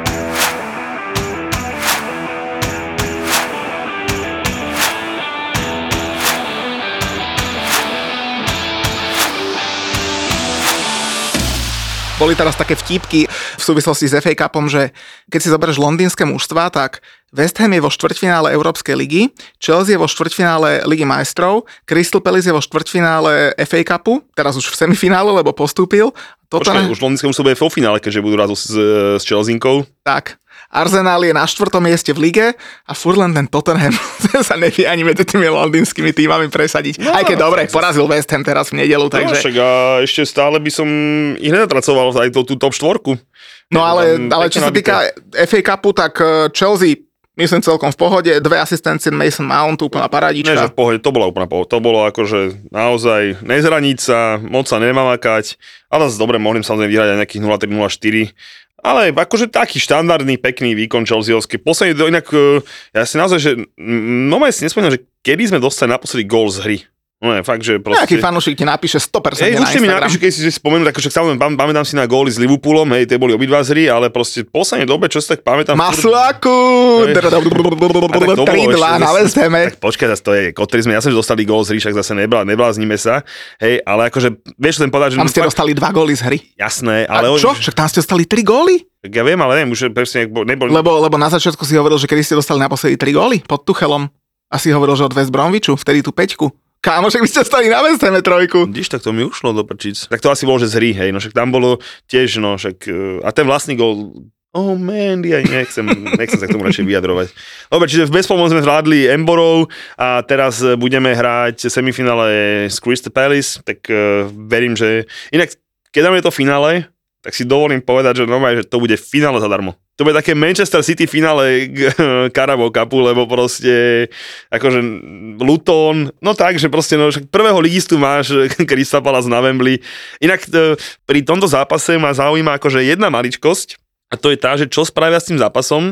Boli teraz také vtípky v súvislosti s ef á Cupom, že keď si zoberieš londýnske mužstva, tak West Ham je vo štvrťfinále Európskej ligy, Chelsea je vo štvrťfinále Ligy majstrov, Crystal Palace je vo štvrťfinále ef á Cupu, teraz už v semifinále, lebo postúpil. Počkaj, už londýnske mužstvo bude vo finále, keďže budú raz s, s Chelseainkou. Tak. Arsenal je na štvrtom mieste v lige a furt len ten Tottenham sa nevie ani medzi tými londýnskymi týmami presadiť. No, aj keď dobre, porazil West Ham teraz v nedelu, takže... No však a ešte stále by som ich nezatracoval aj tú, tú top štvorku. No ale, ale čo sa týka ef á Cupu, tak Chelsea, myslím celkom v pohode, dve asistencie Mason Mount, úplná paradička. Ne, že v pohode, to bola úplná pohode. To bolo akože naozaj nezraniť sa, moc sa nemámakať, ale zase dobre, mohli samozrejme vyhrať aj nejakých nula tri nula štyri. Ale akože taký štandardný, pekný výkon Chelseaovský. Posledný, inak, ja si naozaj, že no si nespomínam, že kedy sme dostali naposledy gól z hry. No je fakt, že proste... Nejaký fanúšik ti napíše sto percent Ej, na určite mi Instagram. napíše, keď si spomenú, tak však samozrejme pamätám si na góly s Liverpoolom, hej, tie boli obidva z hry, ale proste v poslednej dobe, čo si tak pamätám... Masuaku! tri dva na West Hame. Tak počkaj, zase to je, ktorý sme jasne, že dostali gól z hry, však zase neblá, nebláznime sa, hej, ale akože, vieš, čo ten povedať, že... Tam ste fakt... dostali dva góly z hry. Jasné, ale... A čo? Však tam ste dostali tri góly? Tak ja viem, ale neviem, už presne, neboli... Lebo, lebo na začiatku si hovoril, že kedy ste dostali naposledy tri góly pod Tuchelom. A si hovoril, že od West Bromwichu, vtedy tú peťku. Kámo, však by ste stali na West Hame trojku. Vidíš, tak to mi ušlo do prčíc. Tak to asi bolo, že z hry, hej, no však tam bolo tiež, no však, a ten vlastný gól, oh man, ja nechcem, nechcem sa k tomu radšej vyjadrovať. Dobre, čiže v bezpomoc sme zvládli Emborov a teraz budeme hrať semifinále s Crystal Palace, tak uh, verím, že, inak, keď dáme to finále, tak si dovolím povedať, že normálne, že to bude finále zadarmo. To bude také Manchester City finále Carabao Cupu, lebo proste akože Luton, no tak, že proste no, prvého ligistu máš Crystal Palace na Wembley. Inak t- pri tomto zápase ma zaujíma akože jedna maličkosť a to je tá, že čo spravia s tým zápasom,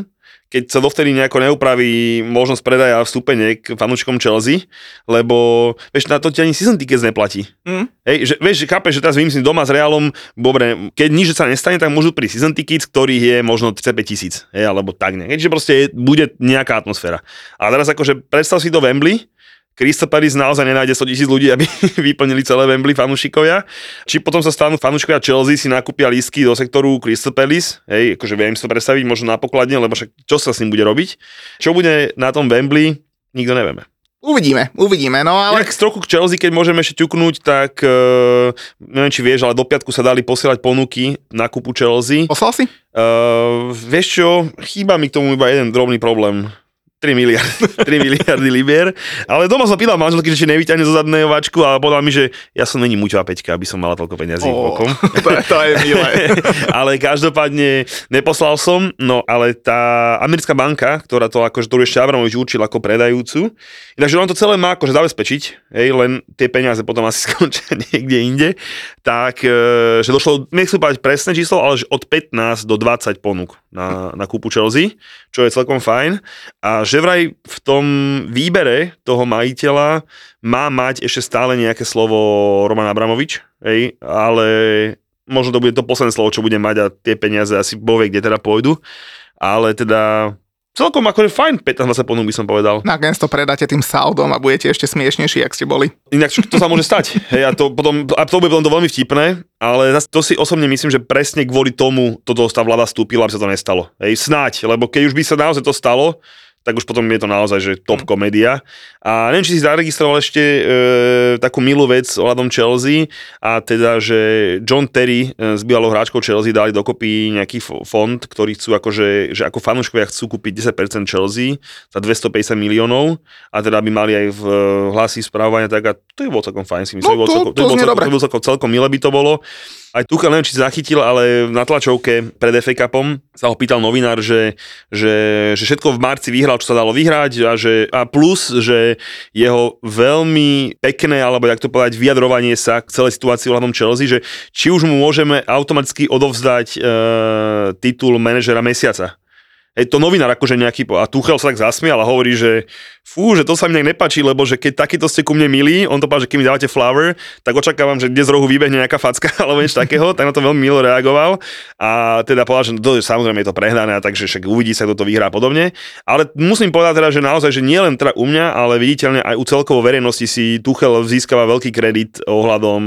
keď sa dovtedy nejako neupraví možnosť predaja vstúpeniek fanúčikom Chelsea, lebo vieš, na to ti ani season tickets neplatí. Mm. Hej, že, vieš, že chápeš, že teraz vymyslím doma s Realom, dobre, keď nič sa nestane, tak môžu prísť season tickets, ktorých je možno tridsaťpäť tisíc, hej, alebo tak ne. Keďže proste je, bude nejaká atmosféra. A teraz akože predstav si to Wembley, Crystal Palace naozaj nenájde sto tisíc ľudí, aby vyplnili celé Wembley fanúšikovia. Či potom sa stanú fanúšikovia Chelsea, si nakúpia lístky do sektoru Crystal Palace, hej, akože viem si to predstaviť, možno na pokladne, lebo však čo sa s ním bude robiť. Čo bude na tom Wembley, nikto nevieme. Uvidíme, uvidíme, no ale... Jak z trochu k Chelsea, keď môžeme ešte ťuknúť, tak uh, neviem, či vieš, ale do piatku sa dali posielať ponuky na kúpu Chelsea. Poslal si? Uh, vieš čo, chýba mi k tomu iba jeden drobný problém. tri miliardy, tri miliardy libier. Ale doma som pýtal manželky, že či nevyťahne zo zadného vačku a povedal mi, že ja som není muťová peťka, aby som mala toľko peniazí oh, bokom. To je, to je milé. Ale každopádne neposlal som, no ale tá americká banka, ktorá to akože to ešte Abramovič určil ako predajúcu, takže on to celé má akože zabezpečiť, hej, len tie peniaze potom asi skončia niekde inde, tak že došlo, nechcem povedať presné číslo, ale že od pätnásť do dvadsať ponúk na, na kúpu Chelsea, čo je celkom fajn. A že vraj v tom výbere toho majiteľa má mať ešte stále nejaké slovo Roman Abramovič, hej, ale možno to bude to posledné slovo, čo bude mať a tie peniaze asi bovie, kde teda pôjdu, ale teda celkom akože fajn pätnásť dvadsať ponúk by som povedal. Nakoniec to predáte tým Saudom a budete ešte smiešnejší, jak ste boli. Inak to sa môže stať, hej, a to potom, a to bude potom to veľmi vtipné, ale to si osobne myslím, že presne kvôli tomu toto tá vláda vstúpila, aby sa to nestalo, hej, snáď, lebo keď už by sa naozaj to stalo, tak už potom je to naozaj, že top komédia. A neviem, či si zaregistroval ešte e, takú milú vec ohľadom Chelsea, a teda, že John Terry e, s bývalou hráčkou Chelsea dali dokopy nejaký fond, ktorý chcú akože, že ako fanúškovia chcú kúpiť desať percent Chelsea za dvestopäťdesiat miliónov a teda by mali aj v hlasy správania, tak a to je bolo celkom fajn, si myslím. No, to, to, to, to, to, to, to bolo celkom, celkom milé by to bolo. Aj Tuchel, neviem, či si zachytil, ale na tlačovke pred ef á Cupom sa ho pýtal novinár, že, že, že všetko v marci vyhral, čo sa dalo vyhrať a, že, a plus, že jeho veľmi pekné, alebo jak to povedať, vyjadrovanie sa k celej situácii ohľadom Chelsea, že či už mu môžeme automaticky odovzdať e, titul manažera mesiaca. Hej, to novinár akože nejaký, a Tuchel sa tak zasmial a hovorí, že fú, že to sa mi nejak nepáči, lebo že keď takýto ste ku mne milí, on to povedal, že keď mi dávate flower, tak očakávam, že kde z rohu vybehne nejaká facka alebo niečo takého, tak na to veľmi milo reagoval a teda povedal, že to, samozrejme je to prehnané, takže však uvidí sa, kto to vyhrá a podobne. Ale musím povedať teda, že naozaj, že nie len teda u mňa, ale viditeľne aj u celkovo verejnosti si Tuchel získava veľký kredit ohľadom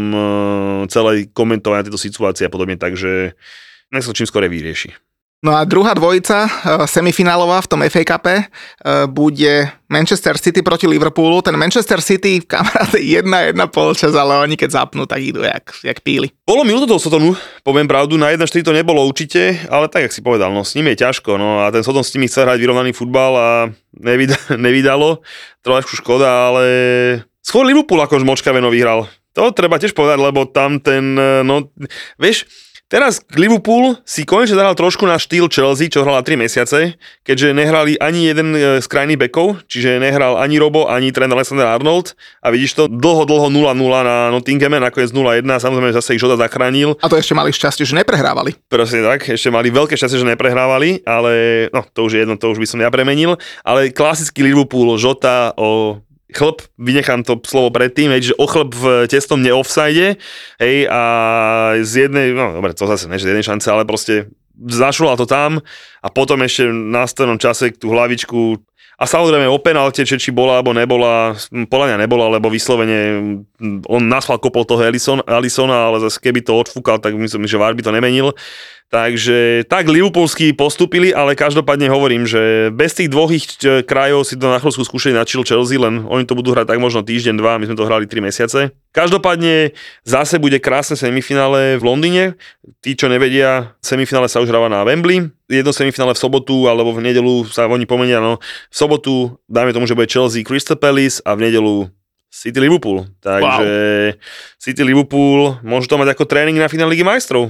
celej komentovania tejto situácie a podobne, takže nech sa čím skôr vyrieši. No a druhá dvojica, semifinálová v tom ef á Cupe, bude Manchester City proti Liverpoolu. Ten Manchester City, kamaráde, jedna jedna polčas, ale oni keď zapnú, tak idú jak, jak píli. Bolo mi ľúto toho Sotonu, poviem pravdu, na jedna štyri to nebolo určite, ale tak, jak si povedal, no s ním je ťažko, no a ten Soton s nimi chce hrať vyrovnaný futbal a nevydá, nevydalo, trošku škoda, ale skôr Liverpool akož močkaveno vyhral. To treba tiež povedať, lebo tam ten, no, vieš, teraz Liverpool si konečne zahral trošku na štýl Chelsea, čo hrala tri mesiace, keďže nehrali ani jeden z krajných bekov, čiže nehral ani Robo, ani Trent Alexander-Arnold a vidíš to, dlho, dlho nula nula na Nottinghame, nakoniec nula jedna, samozrejme zase ich Žota zachránil. A to ešte mali šťastie, že neprehrávali. Presne tak, ešte mali veľké šťastie, že neprehrávali, ale no to už je jedno, to už by som ja premenil, ale klasický Liverpool, Žota o chlp, vynechám to slovo predtým, hej, že o chlp v testom neoffside, hej, a z jednej, no dobre, to zase ne, že z jednej šance, ale proste zašula to tam a potom ešte na strednom čase tú hlavičku a samozrejme o penalte, či, či bola alebo nebola, podľa mňa nebola, lebo vyslovene on naschvál kopol toho Alisson, Alissona, ale zase keby to odfúkal, tak myslím, že VAR by to nemenil. Takže tak Liverpoolsky postúpili, ale každopádne hovorím, že bez tých dvoch ich krajov si to na chvíľu skúšali na chill Chelsea, len oni to budú hrať tak možno týždeň, dva, my sme to hrali tri mesiace. Každopádne zase bude krásne semifinále v Londýne. Tí, čo nevedia, semifinále sa už hráva na Wembley. Jedno semifinále v sobotu alebo v nedelu sa oni pomenia, no v sobotu dáme tomu, že bude Chelsea Crystal Palace a v nedelu City Liverpool. Takže wow. City Liverpool môžu to mať ako tréning na finále Ligy majstrov.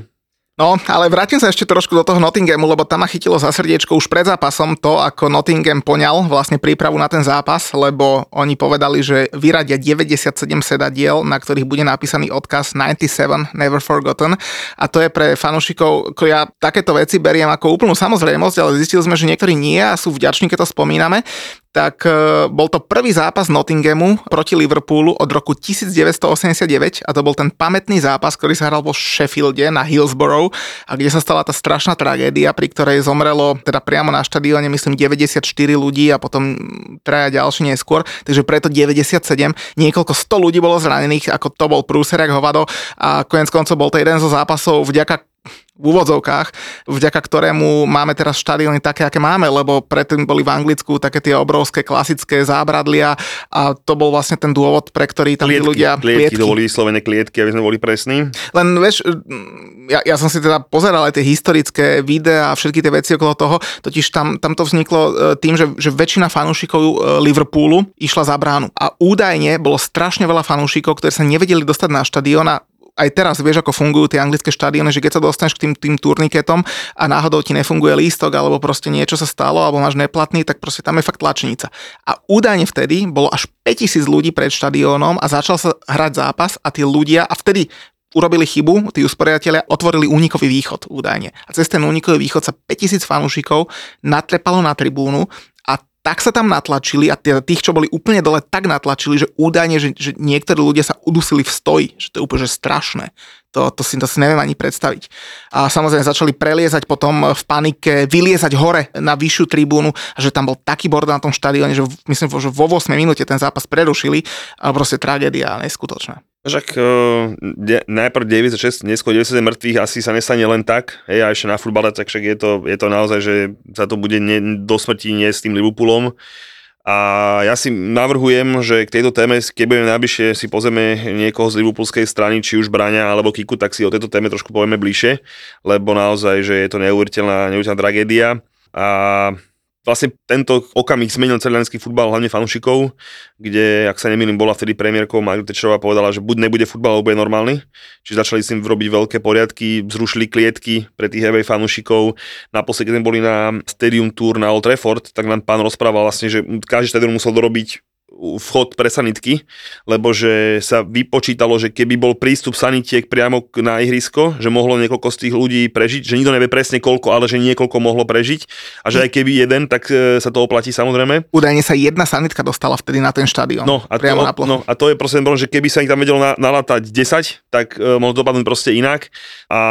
No, ale vrátim sa ešte trošku do toho Nottinghamu, lebo tam ma chytilo za srdiečko už pred zápasom to, ako Nottingham poňal vlastne prípravu na ten zápas, lebo oni povedali, že vyradia deväťdesiatsedem sedadiel, na ktorých bude napísaný odkaz deväťdesiatsedem Never Forgotten. A to je pre fanúšikov, ako ja takéto veci beriem ako úplnú samozrejmosť, ale zistili sme, že niektorí nie a sú vďační, keď to spomíname. Tak e, bol to prvý zápas Nottinghamu proti Liverpoolu od roku devätnásťstoosemdesiatdeväť a to bol ten pamätný zápas, ktorý sa hral vo Sheffielde na Hillsborough a kde sa stala tá strašná tragédia, pri ktorej zomrelo teda priamo na štadióne myslím deväťdesiatštyri ľudí a potom traja ďalší neskôr, takže preto deväťdesiatsedem, niekoľko sto ľudí bolo zranených, ako to bol prúser jak hovado a koniec koncov bol to jeden zo zápasov vďaka v úvodzovkách, vďaka ktorému máme teraz štadióny také, aké máme, lebo predtým boli v Anglicku také tie obrovské klasické zábradlia a to bol vlastne ten dôvod, pre ktorý tam klietky, tí ľudia... Klietky, to boli vyslovené klietky, aby sme boli presní. Len vieš, ja, ja som si teda pozeral aj tie historické videá a všetky tie veci okolo toho, totiž tam, tam to vzniklo tým, že, že väčšina fanúšikov Liverpoolu išla za bránu a údajne bolo strašne veľa fanúšikov, ktorí sa nevedeli dostať na štadión a aj teraz vieš, ako fungujú tie anglické štadióny, že keď sa dostaneš k tým, tým turniketom a náhodou ti nefunguje lístok alebo proste niečo sa stalo alebo máš neplatný, tak proste tam je fakt tlačnica. A údajne vtedy bolo až päťtisíc ľudí pred štadiónom a začal sa hrať zápas a tí ľudia a vtedy urobili chybu, tí usporiadatelia otvorili únikový východ údajne. A cez ten únikový východ sa päťtisíc fanúšikov natrepalo na tribúnu a tak sa tam natlačili a tých, čo boli úplne dole, tak natlačili, že údajne, že, že niektorí ľudia sa udusili v stoji, že to je úplne že strašné. To, to, si, to si neviem ani predstaviť. A samozrejme začali preliezať potom v panike, vyliezať hore na vyššiu tribúnu a že tam bol taký bordel na tom štadióne, že myslím, že vo ôsmej minúte ten zápas prerušili a proste tragédia neskutočná. Však uh, de, najprv deväťdesiatšesť, neskôr deväťdesiatsedem mŕtvych asi sa nestane len tak, hej, a ešte na futbale, tak však je to, je to naozaj, že sa to bude ne, do smrti nie s tým Liverpoolom. A ja si navrhujem, že k tejto téme, keď budeme najbližšie, si pozrieme niekoho z liverpoolskej strany, či už Braňa alebo Kiku, tak si o tejto téme trošku povieme bližšie, lebo naozaj, že je to neuveriteľná, neuveriteľná tragédia. A vlastne tento okamih zmenil celý anglický futbal, hlavne fanúšikov, kde, ak sa nemýlim, bola vtedy premiérkou Margaret Thatcherová povedala, že buď nebude futbal, alebo bude normálny. Čiže začali si im robiť veľké poriadky, zrušili klietky pre tých away fanúšikov. Naposledy, keď sme boli na Stadium Tour na Old Trafford, tak nám pán rozprával vlastne, že každý štadión musel dorobiť vchod pre sanitky, lebo že sa vypočítalo, že keby bol prístup sanitiek priamo na ihrisko, že mohlo niekoľko z tých ľudí prežiť, že nikto nevie presne koľko, ale že niekoľko mohlo prežiť a že aj keby jeden, tak sa to oplatí samozrejme. Údajne sa jedna sanitka dostala vtedy na ten štadión. No a to, na no a to je proste, že keby sa ich tam vedelo na, nalátať desať, tak uh, mohlo dopadnúť proste inak a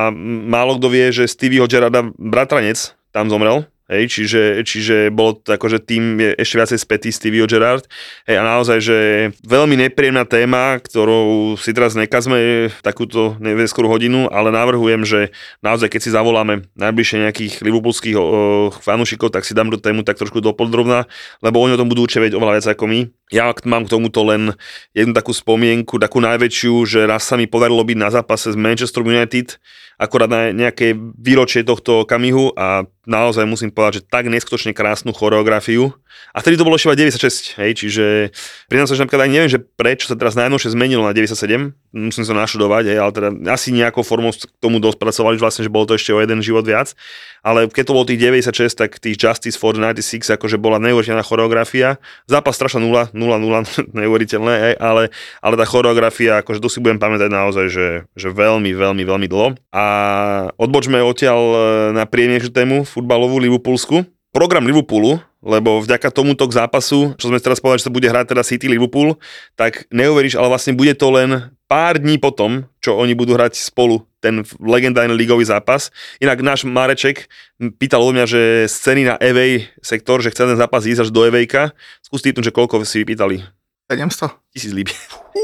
málo kto vie, že Stevieho Gerrarda bratranec tam zomrel. Hej, čiže, čiže bolo to ako, že tým je ešte viacej spätý Stevie Gerrard. Hej, a naozaj, že veľmi nepríjemná téma, ktorou si teraz nekazme takúto neveskorú hodinu, ale navrhujem, že naozaj, keď si zavoláme najbližšie nejakých liverpoolských fanúšikov, tak si dám do tému tak trošku dopodrobná, lebo oni o tom budú určite vedieť oveľa viac ako my. Ja mám k tomuto len jednu takú spomienku, takú najväčšiu, že raz sa mi podarilo byť na zápase s Manchester United, akorát na nejaké výročie tohto okamihu a naozaj musím povedať, že tak neskutočne krásnu choreografiu. A vtedy to bolo ešte deväťdesiatšesť, hej, čiže priznám sa, že napríklad ani neviem, že prečo sa teraz najnovšie zmenilo na deväťdesiatsedem, musím sa naštudovať, hej, ale teda asi nejakou formou k tomu dospracovali, že vlastne, že bolo to ešte o jeden život viac. Ale keď to bolo tých deväťdesiatšesť, tak tých Justice for deväťdesiatšesť, akože bola neuveriteľná choreografia. Zápas strašná nula, nula, nula, neuveriteľné, hej, ale, ale tá choreografia, akože to si budem pamätať naozaj, že, že veľmi, veľmi, veľmi dlho. A odbočme odtiaľ na príjemnejšiu tému, futbalovú, liverpoolsku. Program Liverpoolu, lebo vďaka tomuto k zápasu, čo sme teraz povedali, že sa bude hrať teda City Liverpool, tak neuveríš, ale vlastne bude to len pár dní potom, čo oni budú hrať spolu ten legendárny ligový zápas. Inak náš Mareček pýtal od mňa, že z ceny na away sektor, že chce ten zápas ísť až do awayka. Skús typnúť, že koľko si vypýtali. sedemsto. Tisíc libier.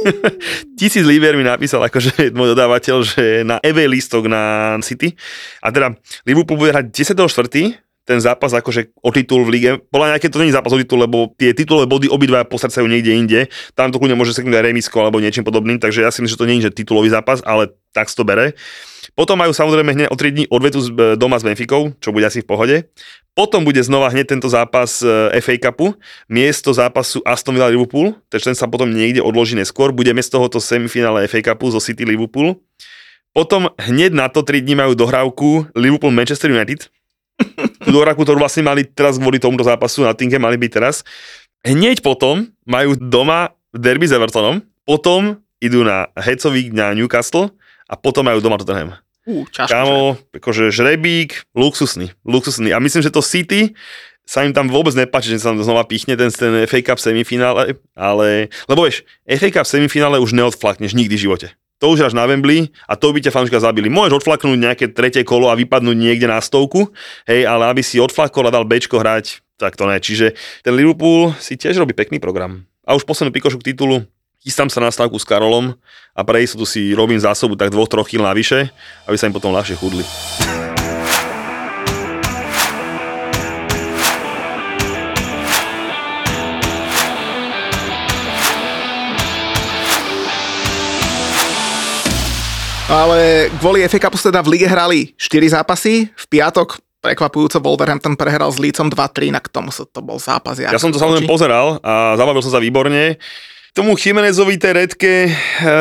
Tisíc libier mi napísal akože môj dodávateľ, že na away lístok na City. A teda Liverpool bude hrať desiateho štvrtého ten zápas akože o titul v lige. Podľa nejaké to nie je zápas o titul, lebo tie titulové body obidva postrcajú niekde inde. Tam to kľudne môže seknúť aj remisko alebo niečím podobným, takže ja si myslím, že to nie je že titulový zápas, ale tak si to bere. Potom majú samozrejme hneď o tri dní odvetu doma s Benficou, čo bude asi v pohode. Potom bude znova hneď tento zápas ef á Cupu, miesto zápasu Aston Villa Liverpool, takže ten sa potom niekde odloží neskôr. Bude miesto tohoto semifinále ef á Cupu zo City Liverpool. Potom hneď na to tri dní majú dohrávku Liverpool-Manchester United. Tú dohrávku, ktorú vlastne mali teraz kvôli tomuto zápasu na Tinke, mali byť teraz. Hneď potom majú doma derby s Evertonom, potom idú na Hecovik na Newcastle a potom majú doma Tottenham. Uh, ťažko, Kámo, akože žrebík, luxusný, luxusný. A myslím, že to City sa im tam vôbec nepáči, že sa tam znova pichne ten, ten ef á Cup semifinále, ale, lebo vieš, ef á Cup semifinále už neodflakneš nikdy v živote. To už až na Wembley a to by ťa fanúšika zabili. Môžeš odflaknúť nejaké tretie kolo a vypadnúť niekde na stovku, hej, ale aby si odflakol a dal Bčko hrať, tak to ne. Čiže ten Liverpool si tiež robí pekný program. A už poslednú pikošu k titulu, chystám sa na stávku s Karolom a pre istotu si robím zásobu tak dvoch, troch kil navyše, aby sa im potom ľahšie chudli. Ale kvôli ef á Cupu teda v lige hrali štyri zápasy, v piatok prekvapujúco Wolverhampton prehral s Leedsom dva tri, na k tomu sa to bol zápas. Ja som to samozrejme pozeral a zabavil som sa výborne. Tomu Chimenezovi tej redke, e,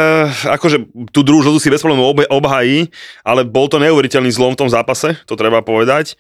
akože tú druhú žltú si bez problémov ob, obhají, ale bol to neuveriteľný zlom v tom zápase, to treba povedať.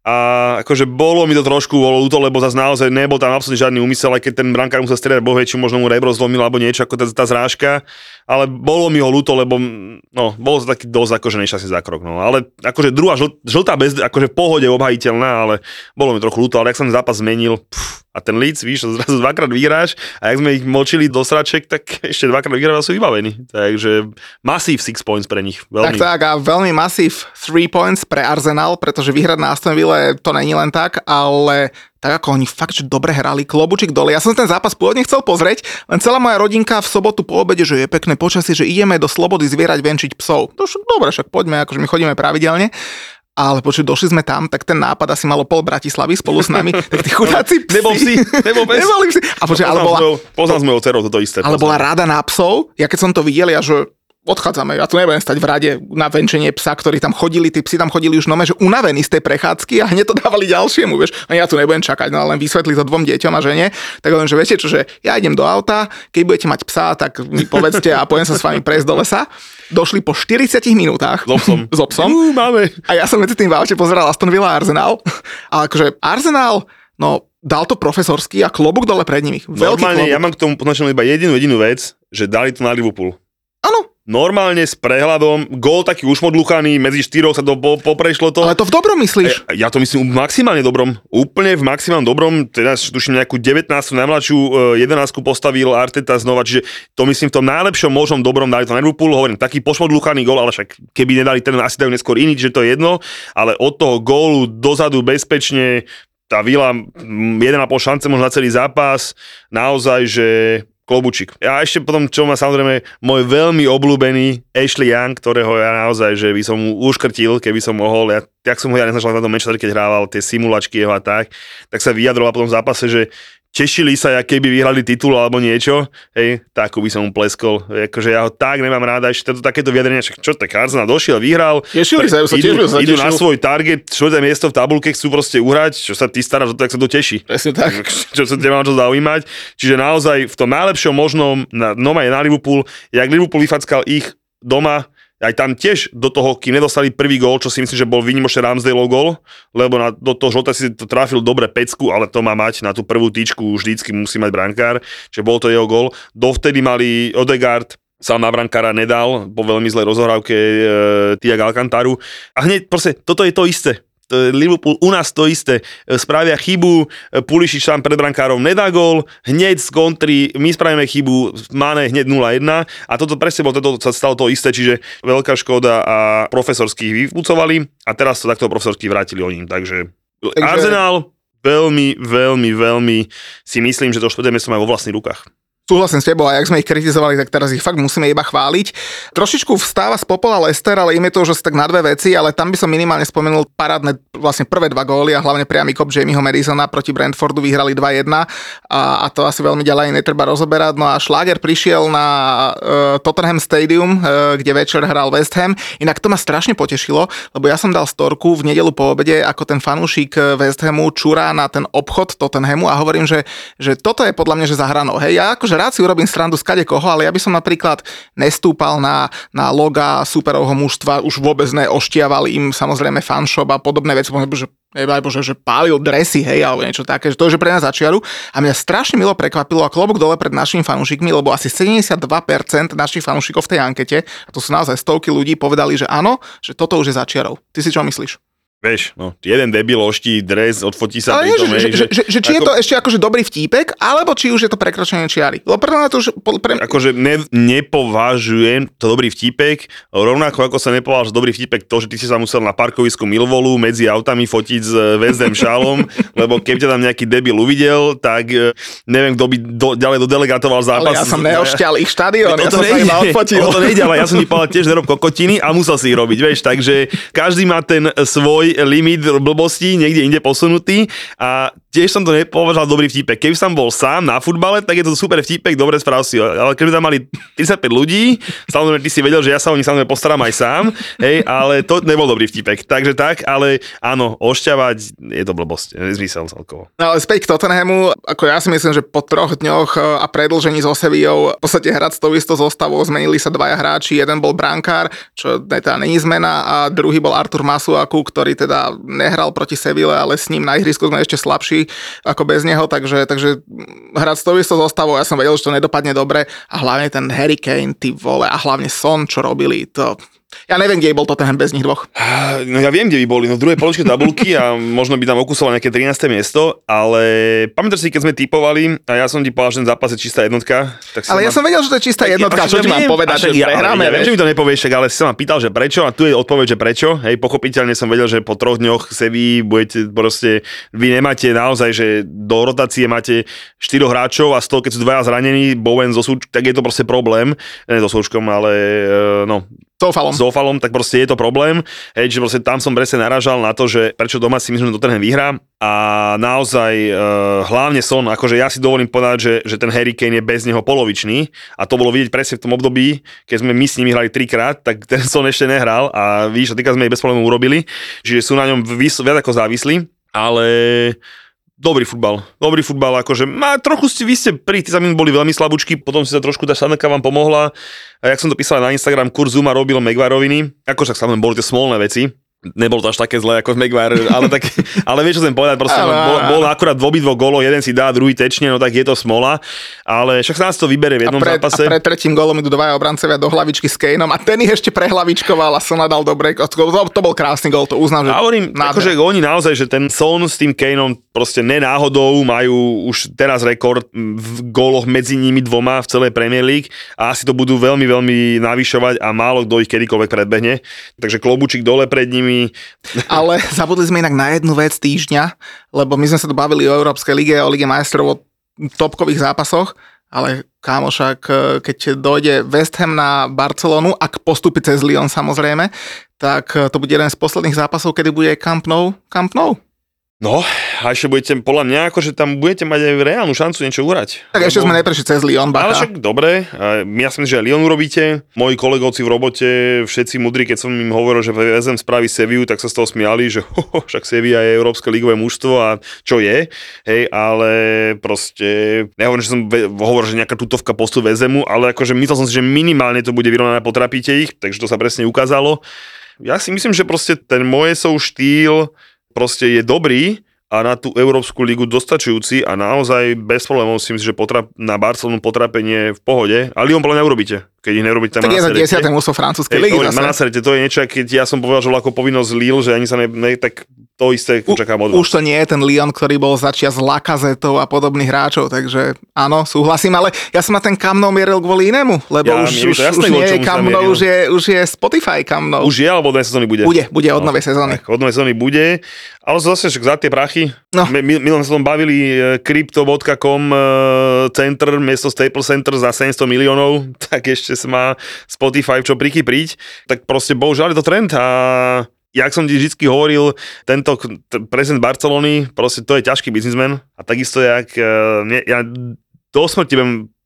A akože bolo mi to trošku ľúto, lebo zase naozaj nebol tam absolútne žiadny úmysel, aj keď ten brankár musel strieľať, bohvie, či možno mu rebro zlomil alebo niečo, ako tá, tá zrážka, ale bolo mi ho ľúto, lebo no, bol to taký dosť akože nešťastný zákrok, no, ale akože druhá žl, žltá bez, akože v pohode obhajiteľná, ale bolo mi trochu ľúto, ale jak sa ten zápas zmenil, pff, a ten Leeds, víš, zrazu dvakrát vyhráš a jak sme ich močili do sraček, tak ešte dvakrát vyhrávajú, sú vybavení, takže masív six points pre nich, veľmi. Tak tak a veľmi masív three points pre Arsenal, pretože vyhrať na Aston Ville to není len tak, ale tak ako oni fakt, že dobre hrali, klobučík dole. Ja som ten zápas pôvodne chcel pozrieť, len celá moja rodinka v sobotu po obede, že je pekné počasie, že ideme do Slobody zvierať venčiť psov. To však dobre, však poďme, akože my chodíme pravidelne. Ale počuť, došli sme tam, tak ten nápad asi malo pol Bratislavy spolu s nami, tak tí chudáci psi. Nebol si, nebol pes. Neboli psi. A počuť, ale bola... Poznal sme o dcerou toto isté. Ale bola rada na psov, ja keď som to videl, ja že odchádzame, ja tu nebudem stať v rade na venčenie psa, ktorí tam chodili, tí psi tam chodili už nome, že unavení z tej prechádzky a hneď to dávali ďalšiemu, vieš. A ja tu nebudem čakať, no len vysvetliť to dvom deťom a žene. Tak len, že viete čo, že ja idem do auta, keď budete mať psa, tak mi povedzte a pojem sa s vami prejsť do lesa. Došli po štyridsiatich minútach s obsom. S obsom. Uh, máme. A ja som medzi tým v aute pozeral Aston Villa a Arsenal. A akože Arsenal, no dal to profesorský a klobúk dole pred nimi. Normálne, ja mám k tomu poznačenú iba jedinú jedinú vec, že dali to na Liverpool. Áno. Normálne s prehľadom, gól taký ušmodluchaný, medzi štyroch sa to po, poprešlo to. Ale to v dobrom myslíš? Ja, ja to myslím maximálne dobrom, úplne v maximálne dobrom, teraz tuším nejakú devätnástu najmladšiu jedenásku postavil Arteta znova, čiže to myslím v tom najlepšom možnom dobrom dali to na Liverpool, hovorím, taký pošmodluchaný gól, ale však keby nedali ten, asi dajú neskôr iný, že to je jedno, ale od toho gólu dozadu bezpečne, tá Villa jeden a pol šance možno na celý zápas, naozaj, že klobučík. A ešte potom, čo má samozrejme môj veľmi obľúbený Ashley Young, ktorého ja naozaj, že by som mu uškrtil, keby som mohol. Ja, jak som ho ja neznačal na tom Manchester, keď hrával tie simulačky jeho a tak, tak sa vyjadroval po tom zápase, že tešili sa, jak keby vyhrali titul alebo niečo, hej, tak by som mu pleskol. Akože ja ho tak nemám ráda, ešte to takéto vyjadrenia, čo tak Arsenal došiel, vyhral. Tešili sa, ja sa idú, tiež, sa idú na svoj target, štvrté miesto v tabulke, chcú proste uhrať, čo sa ty staráš o to, jak sa to teší. Presne tak. Čo sa nemá čo zaujímať. Čiže naozaj v tom najlepšom možnom, na, doma je na Liverpool, jak Liverpool vyfackal ich doma, aj tam tiež do toho, kým nedostali prvý gól, čo si myslím, že bol výnimočne Ramsdaleov gól, lebo na, do toho žlta si to trafil dobre pecku, ale to má mať na tú prvú tyčku, vždycky musí mať brankár, čiže bol to jeho gól. Dovtedy mali Odegaard, sám na brankára nedal, po veľmi zlej rozohrávke e, Thiago Alcantaru. A hneď proste, toto je to isté. Liverpool u nás to isté, spravia chybu, Pulisic tam pred brankárom nedá gól, hneď z kontry, my spravíme chybu, Mane hneď nula jedna a toto presne bolo, toto sa stalo to isté, čiže veľká škoda a profesorských vypucovali a teraz to takto profesorských vrátili o ním, takže, takže Arsenal veľmi, veľmi, veľmi si myslím, že to štvrté miesto majú vo vlastných rukách. Súhlasím s tebou a jak sme ich kritizovali, tak teraz ich fakt musíme iba chváliť. Trošičku vstáva z popola Leicester, ale im je to už tak na dve veci, ale tam by som minimálne spomenul parádne vlastne prvé dva góly a hlavne priamy kop Jamieho Madisona proti Brentfordu vyhrali dva jedna a, a to asi veľmi ďalej netreba rozoberať. No a Schlager prišiel na uh, Tottenham Stadium, uh, kde večer hral West Ham. Inak to ma strašne potešilo, lebo ja som dal storku v nedeľu po obede, ako ten fanúšik West Hamu čurá na ten obchod Tottenhamu a hovorím, že, že toto je podľa mňa, že za hranou. Hej, ja akože rád si urobím srandu z kade koho, ale ja by som napríklad nestúpal na, na loga superovho mužstva, už vôbec neoštiaval im samozrejme fanshop a podobné veci, že aj bože, že pálil dresy, hej, alebo niečo také, že to je že pre nás začiaru. A mňa strašne milo prekvapilo a klobúk dole pred našimi fanúšikmi, lebo asi sedemdesiatdva percent našich fanúšikov v tej ankete, a to sú naozaj stovky ľudí, povedali, že áno, že toto už je začiarou. Ty si čo myslíš? Vieš, no, jeden debil oští dres, odfotí sa ale pri tom, že, hej, že, že, že, že či ako, je to ešte akože dobrý vtípek, alebo či už je to prekročenie čiary. Lebo pre to už... Pre... Akože ne, nepovažujem to dobrý vtípek, rovnako ako sa nepovažujem dobrý vtípek to, že ty si sa musel na parkovisku Millwallu medzi autami fotiť s West Ham šálom, lebo keby ťa tam nejaký debil uvidel, tak neviem, kto by do, ďalej dodelegatoval zápas. Ale ja som neošťal ich štadión, ja som sa iba odfotil. To nejde, ale ja som ti povedal tiež nerob kokotiny a musel si ich robiť, vieš, takže každý má ten svoj limit blbosti, niekde inde posunutý a tiež som to nepovažal dobrý vtípek. Keby som bol sám na futbale, tak je to super vtípek, dobre správ si, ale keby tam mali tridsaťpäť ľudí, samozrejme ty si vedel, že ja sa o nich samozrejme postaram aj sám, hej, ale to nebol dobrý vtípek. Takže tak, ale áno, ošťavať je to blbosť, nezmysel celkovo. No ale späť k Tottenhamu, ako ja si myslím, že po troch dňoch a predĺžení so Sevillou v podstate hrať s tou istou zostavou, zmenili sa dvaja hráči, jeden bol brankár, čo teda není zmena, a druhý bol Artur Masuaku, ktorý teda nehral proti Seville, ale s ním na ihrisku sme ešte slabší ako bez neho, takže, takže hrať s tou istou zostavou, ja som vedel, že to nedopadne dobre a hlavne ten Harry Kane, ty vole, a hlavne Son, čo robili, to... Ja neviem, kde bol Tottenham bez nich dvoch. No ja viem, kde by boli, no v druhej položke tabulky a možno by tam okusovalo nejaké trináste miesto, ale pamätáš si, keď sme tipovali a ja som ti povedal, že ten zápas je čistá jednotka. Tak ale ja ma... som vedel, že to je čistá tak jednotka, čo ti mám povedať, že ja, prehráme. Ja viem, že mi to nepovieš, ale si sa ma pýtal, že prečo, a tu je odpoveď, že prečo. Hej, pochopiteľne som vedel, že po troch dňoch Sevilly budete proste, vy nemáte naozaj, že do rotácie máte štyroch hráčov a z toho, keď sú dvaja zranení, Bowen so Súčkom, tak je to proste problém. Ne so Súčkom, ale no... Zofalom. Zofalom, tak proste je to problém. Hej, že proste tam som presne narážal na to, že prečo doma si myslím, že Tottenham vyhrá. A naozaj e, hlavne Son, akože ja si dovolím povedať, že, že ten Harry Kane je bez neho polovičný a to bolo vidieť presne v tom období, keď sme my s nimi hrali trikrát, tak ten Son ešte nehral a víš, týka sme ich bez problémov urobili, že sú na ňom vys- viac ako závislí, ale... Dobrý futbal, dobrý futbal, akože má trochu ste, vy ste pri tí boli veľmi slabúčky, potom si sa trošku tá šaneka vám pomohla a jak som to písal na Instagram, Kurt Zouma robil Maguireoviny, ako však samozrejme boli tie smolné veci, nebolo to až také zlé ako v Maguire, ale, tak, ale vieš, čo chcem povedať, proste no, bol, bol akurát v obidvoch gólov, jeden si dá, druhý tečne, no tak je to smola, ale však sa nás to vyberie v jednom a pred, zápase. A pred tretím gólom idú dvaja obrancovia do hlavičky s Kaneom a ten ich ešte prehlavičkoval a Son dal dobre, to, to bol krásny gól, to uznám, že... A hovorím, akože oni naozaj, že ten Son s tým Kaneom proste nenáhodou majú už teraz rekord v góloch medzi nimi dvoma v celej Premier League a asi to budú veľmi, veľmi navyšovať a málo kto ich kedykoľvek predbehne, takže klobúčik dole pred nimi. Ale zabudli sme inak na jednu vec týždňa, lebo my sme sa tu bavili o Európskej lige, o Lige majstrov, o topkových zápasoch, ale kámo, však keď dojde West Ham na Barcelonu, ak postupí cez Lyon samozrejme, tak to bude jeden z posledných zápasov, kedy bude Camp Nou. Camp Nou. No, a ešte budete, podľa mňa, akože tam budete mať aj reálnu šancu niečo urať. Tak lebo... ešte sme neprešli cez Lyon, bacha. Ale však dobre, ja si myslím, že aj Lyon urobíte. Moji kolegovci v robote, všetci mudrí, keď som im hovoril, že vé es em spraví Sevillu, tak sa z toho smiali, že ho, ho, však Sevilla je európske ligové mužstvo a čo je, hej, ale proste, nehovorím, že som hovoril, že nejaká tutovka postup vé es emu, ale akože myslel som si, že minimálne to bude vyrovnané, potrapíte ich, takže to sa presne ukázalo. Ja si myslím, že proste ten Moyesov štýl proste je dobrý a na tú Európsku ligu dostačujúci a naozaj bez problémov si myslím, že potrap, na Barcelonu potrapenie v pohode. A Lyon podľa mňa urobíte. Keď ich nerobíte tam tak na je serete. Tak je za desiate mústvo francúzskej ligy. Na serete, to je niečo, keď ja som považoval ako povinnosť Lille, že ani sa ne, ne tak to isté U, čakám od vás. Už to nie je ten Lyon, ktorý bol začias Lacazettou a podobných hráčov, takže áno, súhlasím, ale ja som na ten Camp Nou mieril kvôli inému, lebo ja, už, už, už nie je Camp Nou, už je, už je Spotify Camp Nou. Už je, alebo od novej sezóny bude? Bude, bude od no, novej sezóny. Tak, od novej sezóny bude, ale zase však za tie prachy. No. My, my, my len sa tom bavili crypto bodka com center, miesto Staples Center za sedemsto miliónov, tak ešte sa má Spotify čo prikypriť, tak proste bohužiaľ je to trend a jak som ti vždy hovoril, tento t- prezident Barcelony, proste to je ťažký biznismen a takisto jak ja do smrti budem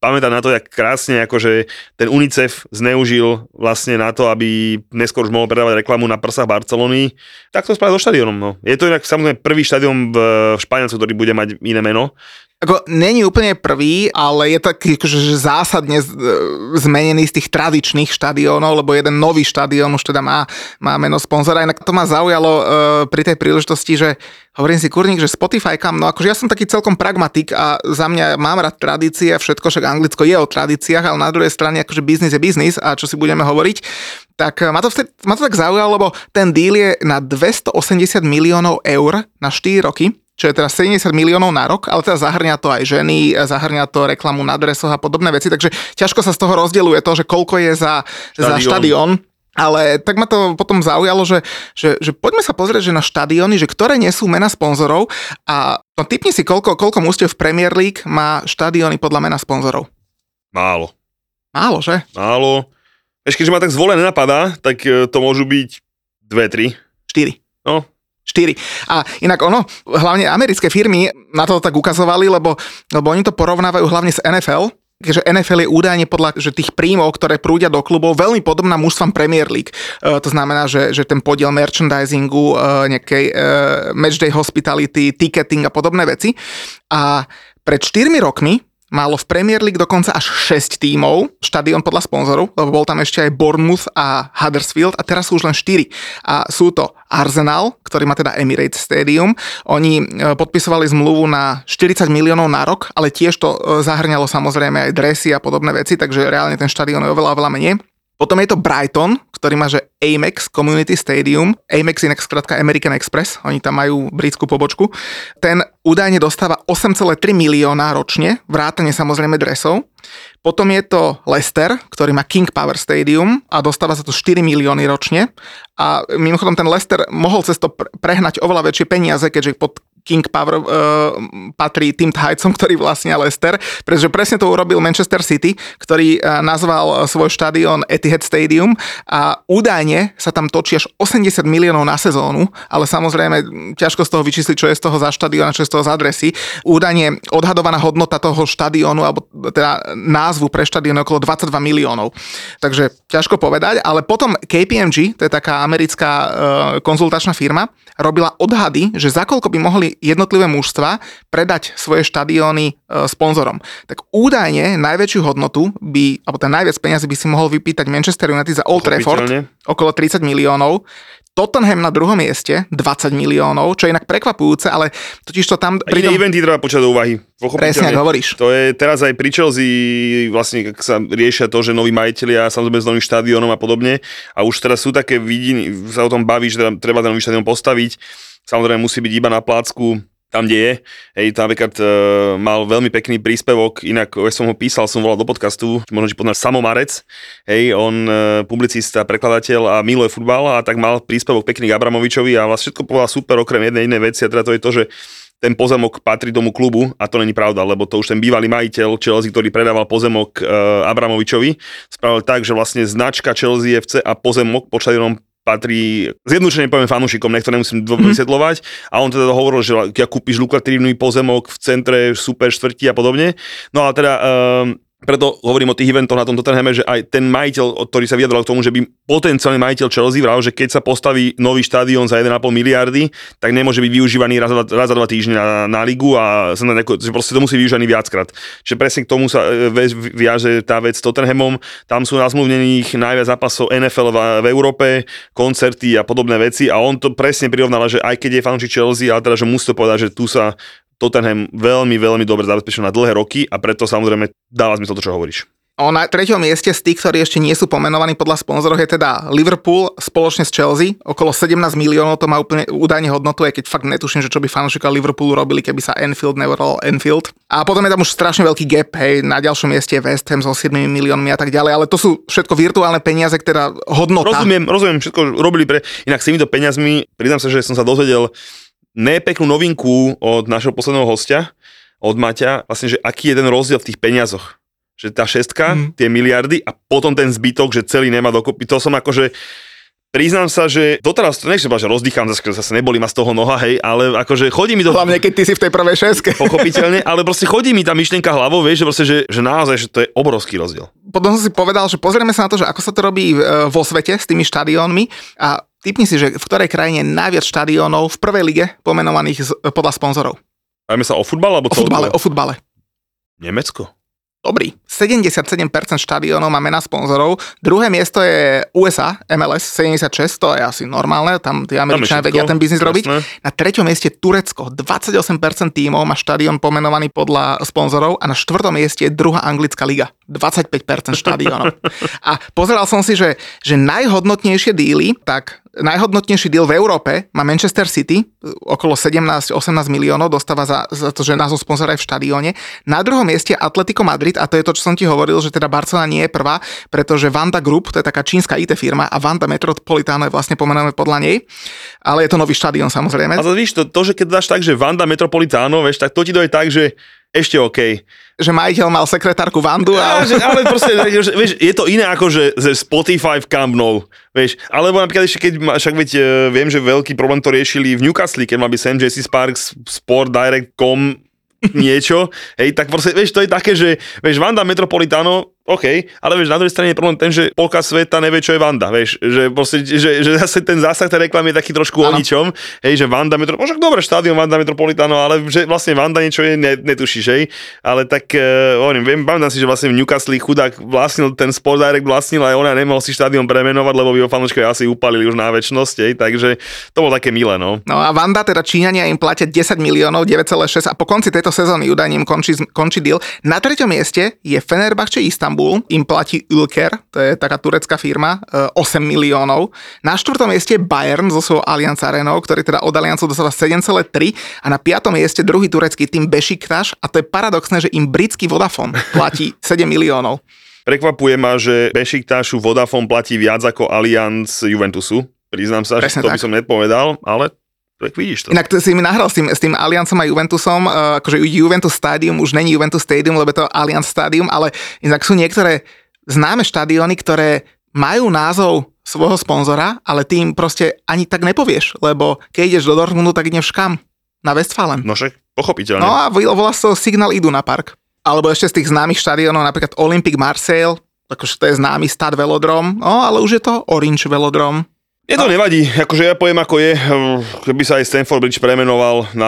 pamätať na to, jak krásne akože ten UNICEF zneužil vlastne na to, aby neskôr už mohol predávať reklamu na prsách Barcelony. Tak to spravil so štadiónom. No. Je to inak samozrejme prvý štadión v Španielsku, ktorý bude mať iné meno. Ako, není úplne prvý, ale je taký akože, že zásadne z, zmenený z tých tradičných štadiónov, lebo jeden nový štadión už teda má, má meno sponzora. Inak to ma zaujalo uh, pri tej príležitosti, že hovorím si, kurník, že Spotify kam, no akože ja som taký celkom pragmatik a za mňa mám rád tradície a všetko, však Anglicko je o tradíciách, ale na druhej strane akože biznis je biznis a čo si budeme hovoriť, tak ma to, vtedy, ma to tak zaujalo, lebo ten deal je na dvestoosemdesiat miliónov eur na štyri roky, čo je teraz sedemdesiat miliónov na rok, ale teda zahrňa to aj ženy, zahrňa to reklamu na dresoch a podobné veci, takže ťažko sa z toho rozdeľuje to, že koľko je za štadión. Za štadión. Ale tak ma to potom zaujalo, že, že, že poďme sa pozrieť, že na štadióny, že ktoré nesú mena sponzorov a no, tipni si, koľko, koľko mužstiev v Premier League má štadióny podľa mena sponzorov. Málo. Málo, že? Málo. Ešte keďže ma tak zvolen nenapadá, tak to môžu byť dve, tri. Štyri. No. štyri. A inak ono, hlavne americké firmy na to tak ukazovali, lebo, lebo oni to porovnávajú hlavne s en ef el, keďže en ef el je údajne podľa že tých príjmov, ktoré prúdia do klubov, veľmi podobná mužstvám Premier League. E, to znamená, že, že ten podiel merchandisingu, e, nejakej e, matchday hospitality, ticketing a podobné veci. A pred štyrmi rokmi malo v Premier League dokonca až šesť tímov, štadión podľa sponzorov, lebo bol tam ešte aj Bournemouth a Huddersfield a teraz sú už len štyri. A sú to Arsenal, ktorý má teda Emirates Stadium. Oni podpisovali zmluvu na štyridsať miliónov na rok, ale tiež to zahrňalo samozrejme aj dresy a podobné veci, takže reálne ten štadión je oveľa, oveľa menej. Potom je to Brighton, ktorý má že Amex Community Stadium. Amex inak skratka American Express, oni tam majú britskú pobočku. Ten údajne dostáva osem celá tri milióna ročne, vrátane samozrejme dresov. Potom je to Leicester, ktorý má King Power Stadium a dostáva sa to štyri milióny ročne. A mimochodom ten Leicester mohol cez to prehnať oveľa väčšie peniaze, keďže pod King Power uh, patrí tým Thajcom, ktorý vlastnia Leicester, pretože presne to urobil Manchester City, ktorý uh, nazval svoj štadión Etihad Stadium a údajne sa tam točí až osemdesiat miliónov na sezónu, ale samozrejme ťažko z toho vyčísliť, čo je z toho za štadión a čo je z toho za dresy. Údajne odhadovaná hodnota toho štadiónu, alebo teda názvu pre štadión je okolo dvadsaťdva miliónov. Takže ťažko povedať, ale potom ká pé em gé, to je taká americká uh, konzultačná firma, robila odhady, že za koľko by mohli jednotlivé mužstva predať svoje štadióny e, sponzorom. Tak údajne najväčšiu hodnotu by, alebo ten najviac peniazy by si mohol vypýtať Manchester United za Old Trafford, okolo tridsať miliónov. Tottenham na druhom mieste, dvadsať miliónov, čo je inak prekvapujúce, ale totiž to tam... A iné eventy treba počať do úvahy. Presne, ako hovoríš. To je teraz aj pri Chelsea, vlastne ak sa riešia to, že noví majitelia, samozrejme s novým štadiónom a podobne. A už teraz sú také vidiny, sa o tom baví, že treba ten nový štadión postaviť. Samozrejme musí byť iba na plácku, tam, kde je. Hej, tam napríklad e, mal veľmi pekný príspevok, inak ja som ho písal, som volal do podcastu, možno či poznáš Samo Marec, hej, on e, publicista, prekladateľ a miluje futbal a tak mal príspevok pekný k Abramovičovi a vlastne všetko povedal super, okrem jednej inej veci a teda to je to, že ten pozemok patrí tomu klubu a to není pravda, lebo to už ten bývalý majiteľ Chelsea, ktorý predával pozemok e, Abramovičovi, spravil tak, že vlastne značka Chelsea ef cé a pozemok pod štadiónom patrí, zjednodušene poviem fanúšikom, nech to nemusím vysvetľovať. A on teda hovoril, že ja kúpiš lukratívny pozemok v centre, super štvrti a podobne. No a teda... Um, preto hovorím o tých eventoch na tom Tottenhame, že aj ten majiteľ, ktorý sa vyjadral k tomu, že by potenciálny majiteľ Chelsea vral, že keď sa postaví nový štadión za jeden a pol miliardy, tak nemôže byť využívaný raz, raz za dva týždne na, na ligu a sa na nejako, že proste to musí využívaný viackrát. Čiže presne k tomu sa viaže tá vec s Tottenhamom. Tam sú nazmluvnených najviac zápasov en ef el v, v Európe, koncerty a podobné veci a on to presne prirovnal, že aj keď je fanúšik Chelsea, ale teda, že musí to povedať, že tu sa Tottenham veľmi, veľmi dobre zabezpečil na dlhé roky a preto samozrejme dáva zmysel to, čo hovoríš. O na treťom mieste z tých, ktorí ešte nie sú pomenovaní podľa sponzorov, je teda Liverpool spoločne s Chelsea. Okolo sedemnásť miliónov to má úplne údajne hodnotu, aj keď fakt netuším, že čo by fanúšika Liverpoolu robili, keby sa Anfield nevolal Anfield. A potom je tam už strašne veľký gap, hej, na ďalšom mieste je West Ham so siedmimi miliónmi a tak ďalej, ale to sú všetko virtuálne peniaze, ktorá hodnota. Rozumiem, rozumiem, všetko robili pre, inak s týmito peniazmi, priznám sa, že som sa dozvedel nepeknú novinku od našho posledného hostia, od Maťa, vlastne, že aký je ten rozdiel v tých peniazoch. Že tá šestka, mm. tie miliardy a potom ten zbytok, že celý nemá dokopy. To som akože priznám sa, že doteraz, nechcem povedať, že rozdýcham, zase, zase neboli ma z toho noha, hej, ale akože chodí mi to... Hlavne, keď ty si v tej prvej šeske. Pochopiteľne, ale proste chodí mi tá myšlienka hlavou, vieš, že proste, že, že naozaj, že to je obrovský rozdiel. Potom som si povedal, že pozrieme sa na to, že ako sa to robí vo svete s tými štadiónmi a tipni si, že v ktorej krajine je najviac štadiónov v prvej lige pomenovaných z, podľa sponzorov. Bavíme sa o futbale, alebo o futbale, o futbale. Nemecko. Dobrý. sedemdesiatsedem percent štadiónov má mená sponzorov. Druhé miesto je ú es á, em el es, sedemdesiatšesť, to je asi normálne, tam tí Američania vedia ten biznis robiť. Na treťom mieste Turecko, dvadsaťosem percent tímov má štadión pomenovaný podľa sponzorov a na štvrtom mieste je druhá anglická liga, dvadsaťpäť percent štadiónov. A pozeral som si, že, že najhodnotnejšie díly, tak najhodnotnejší deal v Európe má Manchester City, okolo sedemnásť osemnásť miliónov dostáva za, za to, že názov sponzora je v štadióne. Na druhom mieste Atletico Madrid, a to je to, čo som ti hovoril, že teda Barcelona nie je prvá, pretože Wanda Group, to je taká čínska í té firma a Wanda Metropolitano je vlastne pomenované podľa nej, ale je to nový štadión samozrejme. A to víš, to, to, že keď dáš tak, že Wanda Metropolitano, vieš, tak to ti dojde tak, že ešte OK. Že majiteľ mal sekretárku Vandu. A... Ja, že, ale proste, vieš, je to iné ako, že, že Spotify v Camp Nou, vieš. Alebo napríklad ešte, keď, však veď, viem, že veľký problém to riešili v Newcastle, keď mal byť Saint Jesse's Park, Sport Direct bodka com niečo, hej, tak proste, vieš, to je také, že, vieš, Wanda Metropolitano, OK, ale vieš, na druhej strane je problém ten, že polka sveta nevie, čo je Wanda, vieš, že proste, že, že zase ten zásah tej reklamy je taký trošku ano. O ničom, hej, že Wanda Metropolitano, však dobre, štádion Wanda Metropolitano, ale že vlastne Wanda niečo je, ne, netušíš, hej, ale tak, uh, hovorím, viem, pamätám si, že vlastne v Newcastle chudák vlastnil ten Sport Direct vlastnil, aj ona nemohol si štádion premenovať, lebo by ho fanúškovia asi upalili už na večnosť, hej, takže to bolo také milé, no. No a Wanda, teda Číňania im platia desať miliónov, deväť celá šesť a po konci tejto sezóny údajne im končí, končí deal. Na treťom mieste je Fenerbahče Istanbul, im platí Ülker, to je taká turecká firma, osem miliónov. Na štvrtom mieste je Bayern so svojou Allianz Arenou, ktorý teda od Allianzu dostáva sedem celá tri a na piatom mieste druhý turecký tým Beşiktaş a to je paradoxné, že im britský Vodafone platí sedem miliónov. Prekvapuje ma, že Beşiktašu Vodafone platí viac ako Allianz Juventusu. Priznám sa, presne že to tak by som nepovedal, ale tak vidíš to. Inak to si mi nahral s tým, s tým Allianzom a Juventusom, uh, akože Juventus Stadium už není Juventus Stadium, lebo to je Allianz Stadium, ale inak sú niektoré známe štadióny, ktoré majú názov svojho sponzora, ale tým proste ani tak nepovieš, lebo keď ideš do Dortmundu, tak ideš kam? Na Westfalen. No však, pochopiteľne. No a volá sa Signal Iduna Park. Alebo ešte z tých známych štadiónov, napríklad Olympique Marseille, akože to je známy Stade Velodrom, no ale už je to Orange Velodrom. Mne to nevadí, akože ja poviem ako je, keby sa aj Stamford Bridge premenoval na,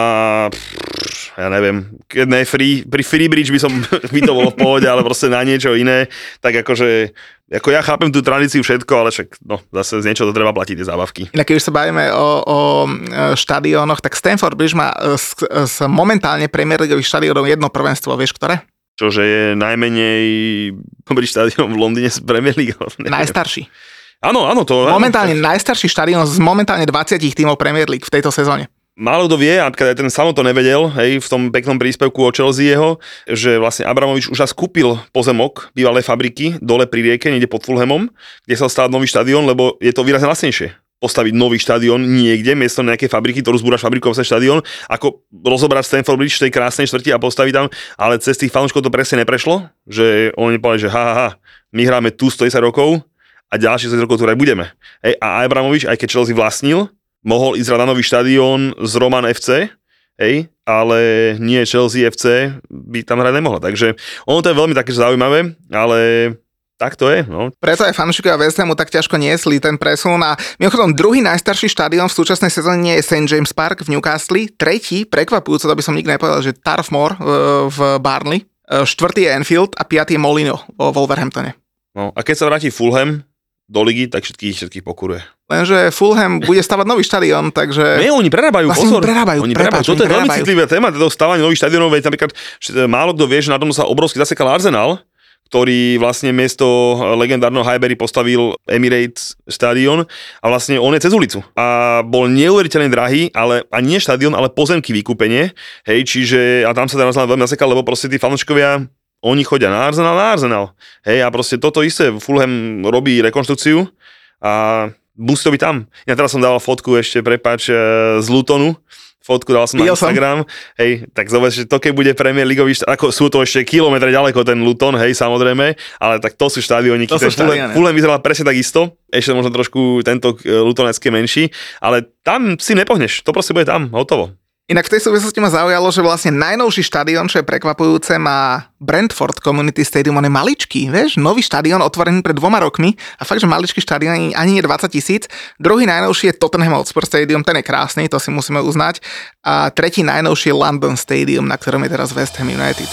ja neviem, keď ne free, pri Free Bridge by som, by to bolo v pohode, ale proste na niečo iné, tak akože, ako ja chápem tú tradíciu všetko, ale však, no, zase z niečo to treba platiť, tie zábavky. Inak keď už sa bavíme o, o štadiónoch, tak Stamford Bridge má z, z momentálne Premier Leagueových štadiónov jedno prvenstvo, vieš ktoré? Čože je najmenej dobrý štadión v Londýne z Premier League. Najstarší. Áno, áno, to... Momentálne áno, najstarší štadión z momentálne dvadsať tímov Premier League v tejto sezóne. Málo kto vie, a keď ten Samo to nevedel, hej, v tom peknom príspevku o Chelsea jeho, že vlastne Abramovič už raz kúpil pozemok bývalej fabriky dole pri rieke, niekde pod Fulhamom, kde sa stal nový štadión, lebo je to výrazne lacnejšie postaviť nový štadión niekde, miesto nejakej fabriky, ktorú zbúraš fabrikový štadión, ako rozobrať Stamford Bridge v tej krásnej štvrti a postaviť tam, ale cez tých fanúškov to presne neprešlo, že oni povedali, že ha, ha, ha, my hráme tu stodesať rokov, a ďalších desať rokov tu aj budeme. Hej, a Abramovič, aj keď Chelsea vlastnil, mohol ísť na nový štadión z Roman ef cé, hej, ale nie Chelsea ef cé by tam hrať nemohla. Takže ono to je veľmi také zaujímavé, ale tak to je. No. Preto aj fanúšikovia West Hamu tak ťažko niesli ten presun a mimochodom druhý najstarší štadión v súčasnej sezóne nie je Saint James Park v Newcastle, tretí, prekvapujúco, to by som nikdy nepovedal, že Turf Moor v Burnley, štvrtý je Anfield a piatý je Molineux vo Wolverhamptone. No, a keď sa vráti Fulham do ligy, tak všetkých, všetkých pokuruje. Lenže Fulham bude stavať nový štadión, takže... Nie, oni prerábajú, vlastne pozor. Prerábajú, oni prepáč, prerábajú. Toto je veľmi prerábajú. citlivá téma, toto stavanie nových štadiónov, veď napríklad málo kto vie, že na tom sa obrovsky zasekal Arsenal, ktorý vlastne miesto legendárneho Highbury postavil Emirates stadión a vlastne on je cez ulicu. A bol neuveriteľne drahý, ale a nie štadión, ale pozemky vykúpenie. Hej, čiže a tam sa teraz veľmi zasekal, lebo proste tí fanúškovia oni chodia na Arsenal, na Arsenal. Hej, a proste toto isté, Fulham robí rekonštrukciu a musí to byť tam. Ja teraz som dával fotku ešte, prepáč, z Lutonu, fotku, dal som na Videl som. Instagram, hej, tak zober, že to keď bude Premier Leagueový štadión, ako sú to ešte kilometre ďaleko ten Luton, hej, samozrejme, ale tak to sú štadióniky, To sú ten Fulham, štadióny. Fulham vyzeral presne tak isto, ešte možno trošku tento lutonecký menší, ale tam si nepohneš, to proste bude tam, hotovo. Inak v tej súvislosti ma zaujalo, že vlastne najnovší štadión, čo je prekvapujúce, má Brentford Community Stadium, on je maličký, vieš, nový štadión otvorený pred dvoma rokmi a fakt, že maličký štadión ani nie dvadsať tisíc. Druhý najnovší je Tottenham Hotspur Stadium, ten je krásny, to si musíme uznať. A tretí najnovší je London Stadium, na ktorom je teraz West Ham United.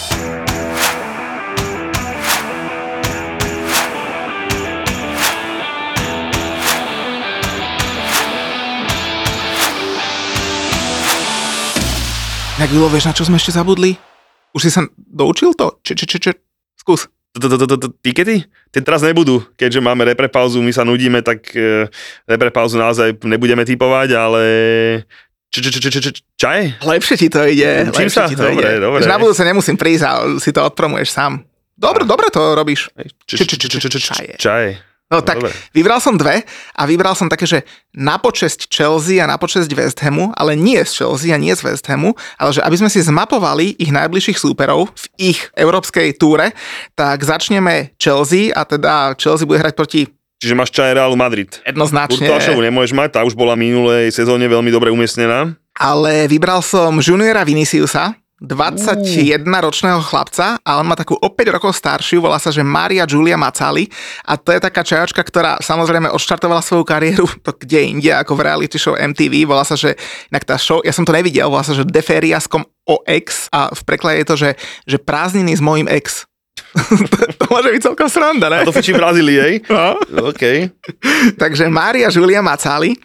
Tak Julo, vieš, na čo sme ešte zabudli? Už si sa doučil to? Či, či, či, či? Skús. Tikety? Tie teraz nebudú, keďže máme repre pauzu, my sa nudíme, tak repre pauzu naozaj nebudeme typovať, ale... Čaj? Lepšie ti to ide. Čím lepšie sa? ti to Dobre, ide. dobre. Že na budúce nemusím prísť a si to odpromuješ sám. Dobre, dobre to robíš. Čaje. Čaj. No tak, dobre. vybral som dve a vybral som také, že na počesť Chelsea a na počesť West Hamu, ale nie z Chelsea a nie z West Hamu, ale že aby sme si zmapovali ich najbližších súperov v ich európskej túre, tak začneme Chelsea a teda Chelsea bude hrať proti Čiže máš čaj Realu Madrid. jednoznačne, Kurtovašovu nemôžeš mať, tá už bola minulej sezóne veľmi dobre umiestnená. ale vybral som juniora Viniciusa, dvadsaťjedenročného chlapca a on má takú o päť rokov staršiu, volá sa, že Maria Giulia Mazzali a to je taká čajočka, ktorá samozrejme odštartovala svoju kariéru to kde inde, ako v reality show em tí ví, volá sa, že inak tá show, ja som to nevidel, volá sa, že De Feriaskom o ex a v preklade je to, že, že prázdniny s mojím ex. To môže byť celkom sranda, ne? A to fičí v Brazílii, hej? No. OK. Takže Maria Giulia Mazzali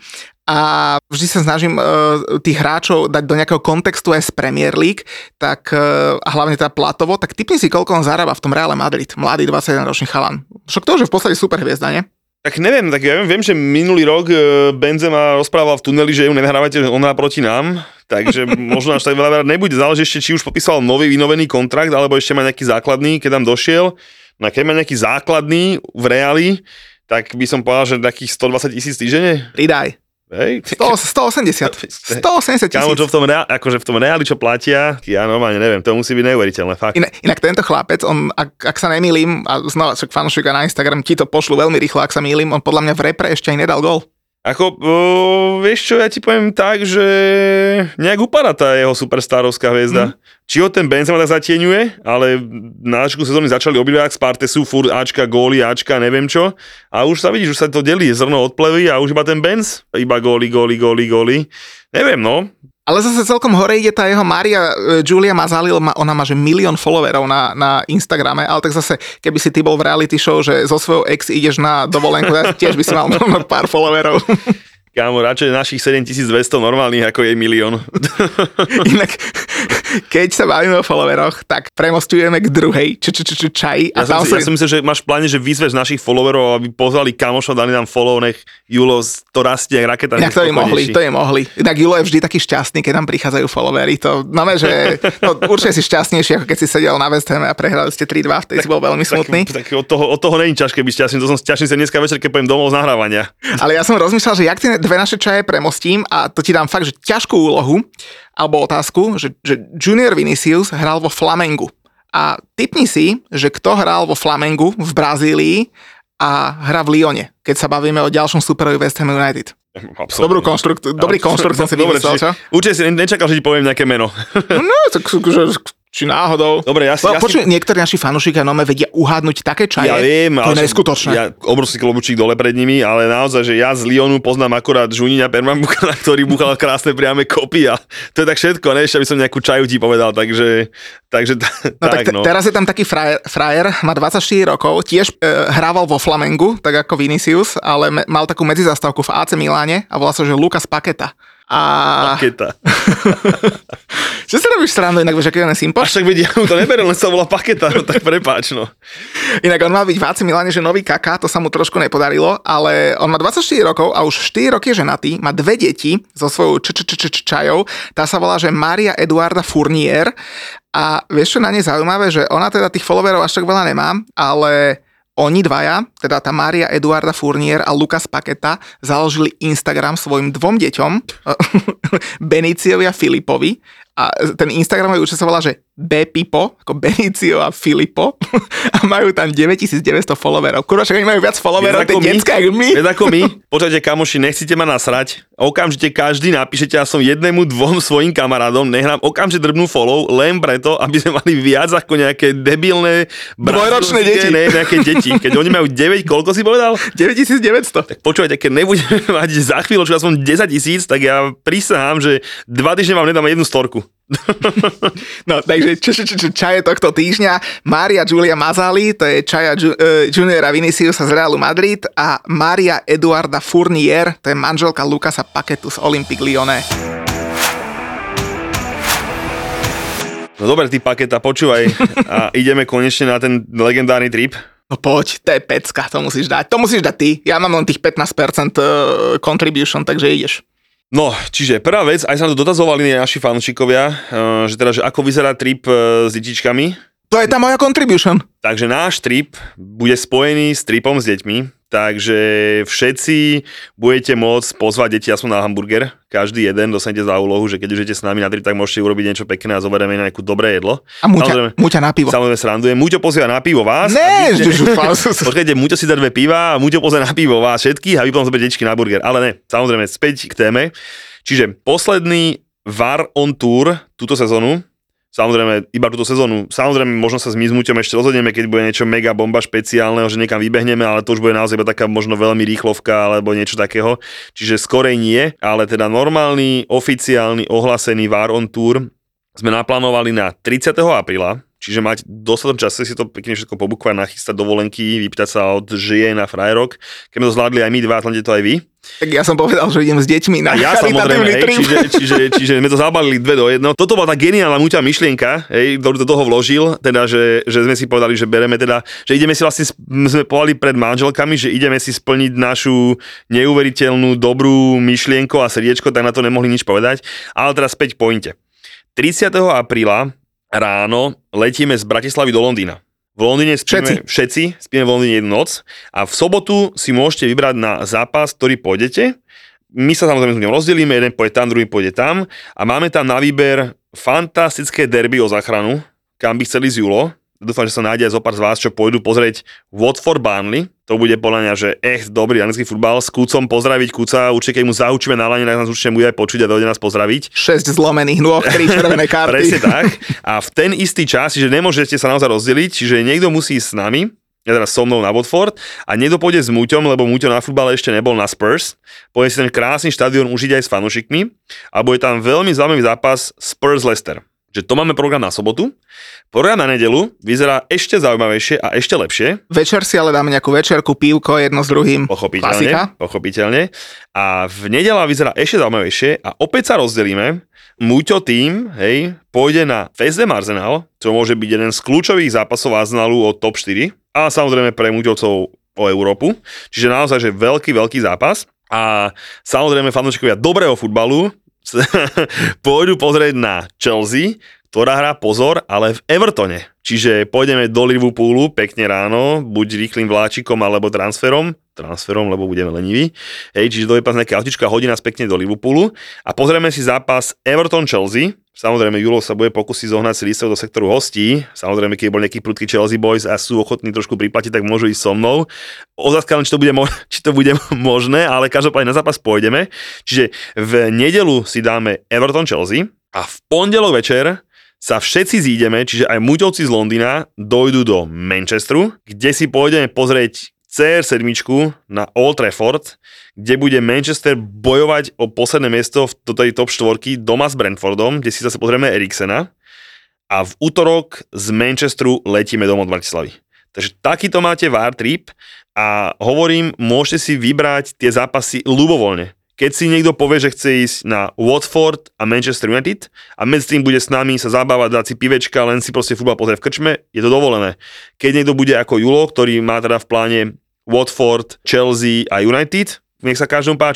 a vždy sa snažím uh, tých hráčov dať do nejakého kontextu aj z Premier League, tak uh, a hlavne teda platovo, tak tipni si, koľko on zarába v tom Reále Madrid. Mladý dvadsaťjedenročný chalan. Však to už je v podstate super hviezda, nie? Tak neviem, tak ja viem, viem, že minulý rok Benzema rozprával v tuneli, že ju nenahrávate, on hrá proti nám, takže možno až tak veľa nebude. Záleží ešte, či už podpísal nový vynovený kontrakt, alebo ešte má nejaký základný, keď tam došiel. No a keď má nejaký základný v Reáli, tak by som povedal, že takých stodvadsať tisíc týždenne. Pridaj. Hej. sto, stoosemdesiat. stoosemdesiat Kámo, tisíc. čo v tom, rea- akože v tom Reáli, čo platia, ja normálne neviem, to musí byť neuveriteľné, fakt. Inak, inak tento chlapec, on, ak, ak sa nemýlim, a znova však fanúšika na Instagram ti to pošlu veľmi rýchlo, ak sa mýlim, on podľa mňa v repre ešte aj nedal gól. Ako, o, vieš čo, ja ti poviem tak, že nejak upadá tá jeho superstarovská hviezda. Mm. Či ho ten Benzema tak zatieňuje, ale na začiatku sezóny začali obidva ak Sparte sú furt Ačka, góly, Ačka, neviem čo. A už sa vidíš, už sa to delí zrno od plevy a už iba ten Benz, iba góly, góly, góly, góly. Neviem, no. Ale zase celkom hore ide tá jeho Maria e, Giulia Mazzali, ona má že milión followerov na, na Instagrame, ale tak zase, keby si ty bol v reality show, že zo svojou ex ideš na dovolenku, tiež by si mal pár followerov. Kámo, radšej našich sedemtisícdvesto normálnych, ako je milión. Inak, keď sa bavíme o followeroch, tak premostujeme k druhej č- č- č- čaji. Ja, som si, ja som myslel, že máš v pláne, že vyzveš našich followerov, aby pozvali kamošov, dali nám follow, nech Julo to rastie, jak raketa. Inak to je mohli, to je mohli. Inak Julo je vždy taký šťastný, keď nám prichádzajú followery. To znamená, že no, určite si šťastnejší, ako keď si sedel na West Hame a prehrali ste tri dva, vtedy si bol veľmi smutný. Tak, tak od toho, od toho není ťažké byť šťastný, to som šťastný sa dneska večer, keď pojem domov z nahrávania. Ale ja som rozmýšľal, že jak tie dve naše čaje premostím a to ti dám fakt, že ťažkú úlohu alebo otázku, že, že Junior Vinicius hral vo Flamengu. A tipni si, že kto hral vo Flamengu v Brazílii a hra v Lyone, keď sa bavíme o ďalšom superovi West Ham United. Absolutne. Dobrú konštrukt, dobrý konštrukt som si Dobre, vymyslel, čo? Určite si nečakal, že ti poviem nejaké meno. No, tak že, či náhodou. Dobre, ja si... No, ja počuj, si... niektorí naši fanúšikovia nome vedia uhádnuť také čaje. Ja viem, to je ale neskutočné. Ja obrovský klobučík dole pred nimi, ale naozaj, že ja z Lyonu poznám akorát Žuniňa Pernambucana, ktorý búchal krásne priame kopy a to je tak všetko, ne? Ešte aby som nejakú čaju ti povedal, takže... takže no tak, tak no. Teraz je tam taký frajer, frajer má dvadsaťštyri rokov, tiež e, hrával vo Flamengu, tak ako Vinicius, ale me, mal takú medzizastávku v á cé Miláne a volá sa, že Lucas Paqueta. A... Paketa. Čo sa robíš srandu, inak vieš, aký on je simpo? Až tak vedia, ja mu to neberiem, len sa volá Paketa, no tak prepáč, no. Inak on mal byť v á cé Miláne, že nový kaká, to sa mu trošku nepodarilo, ale on má dvadsaťštyri rokov a už štyri roky je ženatý, má dve deti so svojou čajou, tá sa volá, že Maria Eduarda Fournier a vieš, čo na nej zaujímavé, že ona teda tých followerov až tak veľa nemá, ale oni dvaja, teda tá Mária Eduarda Fournier a Lucas Paqueta, založili Instagram svojim dvom deťom, Beniciovi a Filipovi. A ten Instagramový účet sa volá, že Bepipo, ako Benicio a Filipo. A majú tam deväťtisícdeväťsto followerov. Kurva, však oni majú viac followerov, tie detská, ako my. Vieš ako my? Počujete, kamoši, nechcete ma nasrať. Okamžite každý napíšete, ja som jednému, dvom svojim kamarádom, nehrám okamžite drbnú follow, len preto, aby sme mali viac ako nejaké debilné dvojročné deti. Ne, nejaké deti. Keď oni majú deväť, koľko si povedal? deväťtisícdeväťsto. Tak počúvajte, keď nebudeme mať za chvíľu, čo aspoň desaťtisíc, tak ja prísahám, že dva týždne vám nedám jednu storku. No, takže č- č- č- čaje tohto týždňa. Mária Giulia Mazzali, to je čaja ju- uh, juniora Viniciusa z Realu Madrid a Mária Eduarda Fournier, to je manželka Lucasa Paquetu z Olympique Lyonnais. No dobre, ty Paqueta, počúvaj a ideme konečne na ten legendárny trip. No poď, to je pecka, to musíš dať. To musíš dať ty. Ja mám len tých pätnásť percent contribution, takže ideš. No, čiže prvá vec, aj sa na to dotazovali naši fanúšikovia, že teda, že ako vyzerá trip s detičkami. To je tá moja contribution. Takže náš trip bude spojený s tripom s deťmi, takže všetci budete môcť pozvať deti aspoň na hamburger. Každý jeden dostanete za úlohu, že keď už idete s nami na trip, tak môžete urobiť niečo pekné a zoberieme na nejakú dobré jedlo. A Muťa, Muťa na pivo. Samozrejme srandujem. Muťo pozýva na pivo vás. Ne, že Počkajte, Muťo si dá dve piva a Muťo pozýva na pivo vás všetkých a vy potom zoberiete detičky na burger. Ale ne, samozrejme späť k téme. Čiže posledný VAR on Tour túto sezónu, samozrejme iba túto sezónu, samozrejme možno sa s Mizmuťom ešte rozhodneme, keď bude niečo mega bomba špeciálneho, že niekam vybehneme, ale to už bude naozaj iba taká možno veľmi rýchlovka alebo niečo takého. Čiže skorej nie, ale teda normálny, oficiálny, ohlásený VAR on Tour sme naplánovali na tridsiateho apríla. Čiže mať dostatok čase si to pekne všetko pobukvať, nachystať dovolenky, vypýtať sa od žien na frajerok. Keď sme to zvládli aj my dva, Atlante to aj vy. Tak ja som povedal, že idem s deťmi na ja charitatívny trip. Čiže, čiže, čiže sme to zabalili dve do jedno. Toto bola tá geniálna Muťa myšlienka, hej, ktorú do toho vložil, teda, že, že sme si povedali, že bereme teda, že ideme si vlastne, sme povedali pred manželkami, že ideme si splniť našu neuveriteľnú dobrú myšlienku a srdiečko, tak na to nemohli nič povedať. Ale teraz späť k pointe. tridsiateho apríla ráno letíme z Bratislavy do Londýna. V Londýne spíme, všetci. všetci spíme v Londýne jednu noc a v sobotu si môžete vybrať na zápas, ktorý pôjdete. My sa samozrejme s ňom rozdelíme, jeden pôjde tam, druhý pôjde tam a máme tam na výber fantastické derby o záchranu, kam by chceli z Julo. Dúfam, že sa nájde aj zo pár z vás, čo pôjdu pozrieť Watford Burnley. To bude podľa mňa, že echt dobrý anglický futbal. S Kúcom pozdraviť Kúca, určite keď mu zaučíme na lane, tak nás určite bude aj počuť a dojde nás pozdraviť. šesť zlomených nôh, tri červené karty. Presne tak. A v ten istý čas, že nemôžete sa naozaj rozdeliť, čiže niekto musí ísť s nami, ja teraz so mnou na Watford a niekto pôjde s Muťom, lebo Muťo na futbale ešte nebol na Spurs. Pôjde si ten krásny štadión užiť aj s fanúšikmi a bude tam veľmi zaujímavý zápas Spurs-Leicester. Že to máme program na sobotu. Program na nedeľu vyzerá ešte zaujímavejšie a ešte lepšie. Večer si ale dáme nejakú večerku, pívko, jedno s druhým. Pochopiteľne, Klasika. pochopiteľne. A v nedeľa vyzerá ešte zaujímavejšie a opäť sa rozdelíme. Muťo tým, hej, pôjde na Fesdem Arsenal, čo môže byť jeden z kľúčových zápasov Arsenalu o top štyri. A samozrejme pre Muťovcov o Európu. Čiže naozaj, že veľký, veľký zápas. A samozrejme fanúšikovia dobrého futbalu pôjdu pozrieť na Chelsea, ktorá hrá pozor, ale v Evertone. Čiže pôjdeme do Liverpoolu pekne ráno, buď rýchlym vláčikom alebo transferom, transferom, lebo budeme leniví. Hej, čiže dojde pas nejaké autička, hodí nás pekne do Liverpoolu a pozrieme si zápas Everton-Chelsea. Samozrejme, Julo sa bude pokúsiť zohnať si lístok do sektoru hostí. Samozrejme, keď bol nejaký prudký Chelsea boys a sú ochotní trošku priplatiť, tak môžu ísť so mnou. Otázka len, či to bude, mo- či to bude možné, ale každopádne na zápas pôjdeme. Čiže v nedeľu si dáme Everton-Chelsea a v pondelok večer sa všetci zídeme, čiže aj Muťovci z Londýna dojdú do Manchesteru, kde si pôjdeme pozrieť cé er sedem na Old Trafford, kde bude Manchester bojovať o posledné miesto v tej top štvorky doma s Brentfordom, kde si zase pozrieme Eriksena a v útorok z Manchesteru letíme domov od Bratislavy. Takže takýto máte VAR trip a hovorím, môžete si vybrať tie zápasy ľubovoľne. Keď si niekto povie, že chce ísť na Watford a Manchester United a medzi tým bude s nami sa zabávať, dať si pivečka, len si proste futbal pozrieť v krčme, je to dovolené. Keď niekto bude ako Julo, ktorý má teda v pláne Watford, Chelsea a United, nech sa každému páči.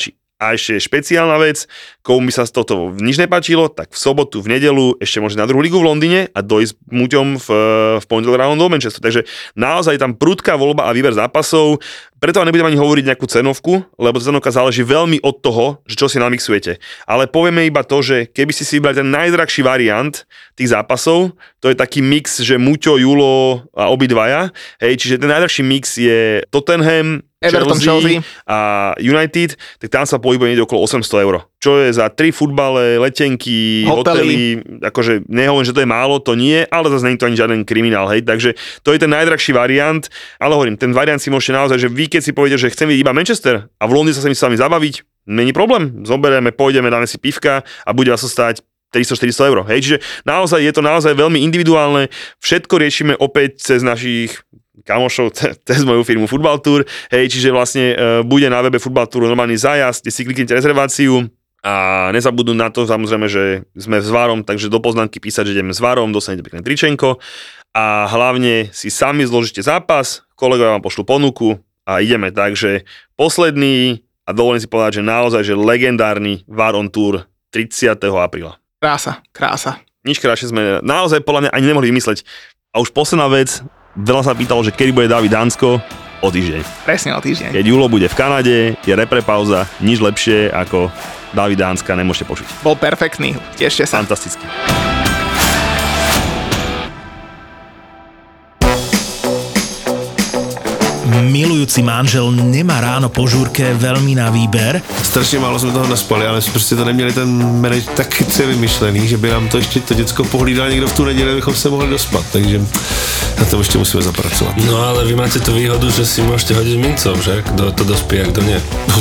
A ešte špeciálna vec, komu by sa z toho nič nepáčilo, tak v sobotu, v nedelu ešte môže na druhú ligu v Londýne a dojsť muťom v, v pondelok ráno do Manchesteru. Takže naozaj tam prudká voľba a výber zápasov. Preto vám nebudem ani hovoriť nejakú cenovku, lebo cenovka záleží veľmi od toho, že čo si namixujete. Ale povieme iba to, že keby ste si vybrali ten najdrahší variant tých zápasov, to je taký mix, že Muťo, Julo a obidvaja. Hej, čiže ten najdrahší mix je Tottenham, Everton, Chelsea, Chelsea a United, tak tam sa pohybuje niekde okolo osemsto eur. Čo je za tri futbale, letenky, hotely, hotely akože nehovorím, že to je málo, to nie, ale zase nie je to ani žiaden kriminál, hej, takže to je ten najdrahší variant, ale hovorím, ten variant si môžete naozaj, že vy keď si poviete, že chcem vidieť iba Manchester a v Londýne sa mi s vami zabaviť, není problém, zoberieme, pôjdeme, dáme si pivka a bude vás to stáť tristo štyristo eur, hej, čiže naozaj je to naozaj veľmi individuálne, všetko riešime opäť cez našich kamošov, cez moju firmu Football Tour, hej, čiže vlastne e, bude na webe Football Tour normálny zájazd, kde si kliknete rezerváciu a nezabudnú na to samozrejme, že sme s Várom, takže do poznámky písať, že ideme s Várom, dostanete pekné tričenko a hlavne si sami zložíte zápas, kolegovia vám pošlú ponuku a ideme, takže posledný a dovolím si povedať, že naozaj, že legendárny Var on Tour tridsiateho apríla. Krása, krása. Nič krásne sme naozaj podľa mňa ani nemohli vymysleť. A už posledná vec, veľa sa pýtalo, že kedy bude Dávid Dánsko, o týždeň. Presne o týždeň. Keď Julo bude v Kanade, je repre pauza, nič lepšie ako Dávid Dánska nemôžete počuť. Bol perfektný, tešte sa. Fantasticky. Milujúci manžel nemá ráno po žúrke veľmi na výber. Strašně málo jsme toho naspali, ale prostě to neměli ten manage tak chytře vymyšlený, že by nám to ještě to děcko pohlídal někdo v tu neděli, abychom se mohli dospat, takže na tom ještě musíme zapracovat. No ale vy máte tu výhodu, že si môžete hodiť mincov, že? Kto to dospí a kto nie.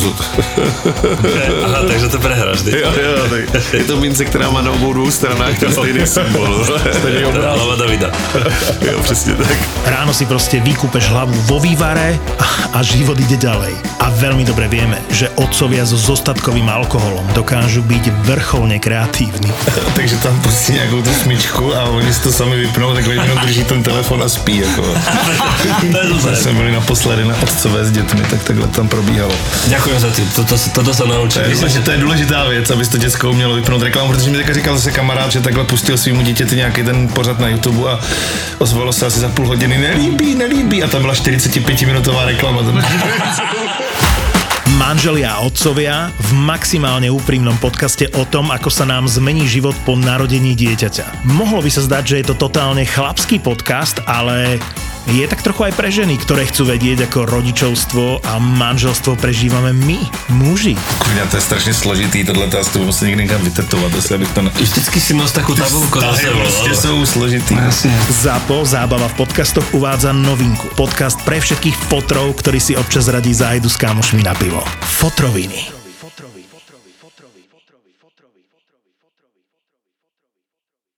Aha, takže to prehráš. Jo, jo, tak je to mince, která má na obou dvou stranách ten stejný symbol. Teda hlava Davida. Jo, přesně tak. Ráno si proste vykúpeš hlavu vo vývare a, a život ide ďalej. A veľmi dobre vieme, že otcovia so zostatkovým alkoholom dokážu byť vrcholne kreatívni. Takže tam pustí nějakou tu smyčku a oni si to sami vypnou, tak jenom drží ten telefon a spí. Jako. Když jsme byli naposledy na otcové s dětmi, tak takhle tam probíhalo. Ďakujem za tým, toto, toto sa naučím. To je, důležitá, to je důležitá věc, aby to děcko umělo vypnout reklamu, protože mi teďka říkal zase kamarád, že takhle pustil svýmu dítěti nějaký ten pořad na YouTube a ozvalo se asi za půl hodiny, nelíbí, nelíbí a tam byla štyridsaťpäťminútová reklama. Manželia a otcovia v maximálne úprimnom podcaste o tom, ako sa nám zmení život po narodení dieťaťa. Mohlo by sa zdať, že je to totálne chlapský podcast, ale je tak trochu aj pre ženy, ktoré chcú vedieť, ako rodičovstvo a manželstvo prežívame my, muži. Kurňa, to je strašně složitý, tohle to asi musím někde někam vytetovat, asi abych to na... Vždycky si nos takú tabulku za sebou. Prostě sú složitý. ZAPO, zábava v podcastoch, uvádza novinku. Podcast pre všetkých fotrov, ktorí si občas radí zájdu s kámošmi na pivo. Fotroviny.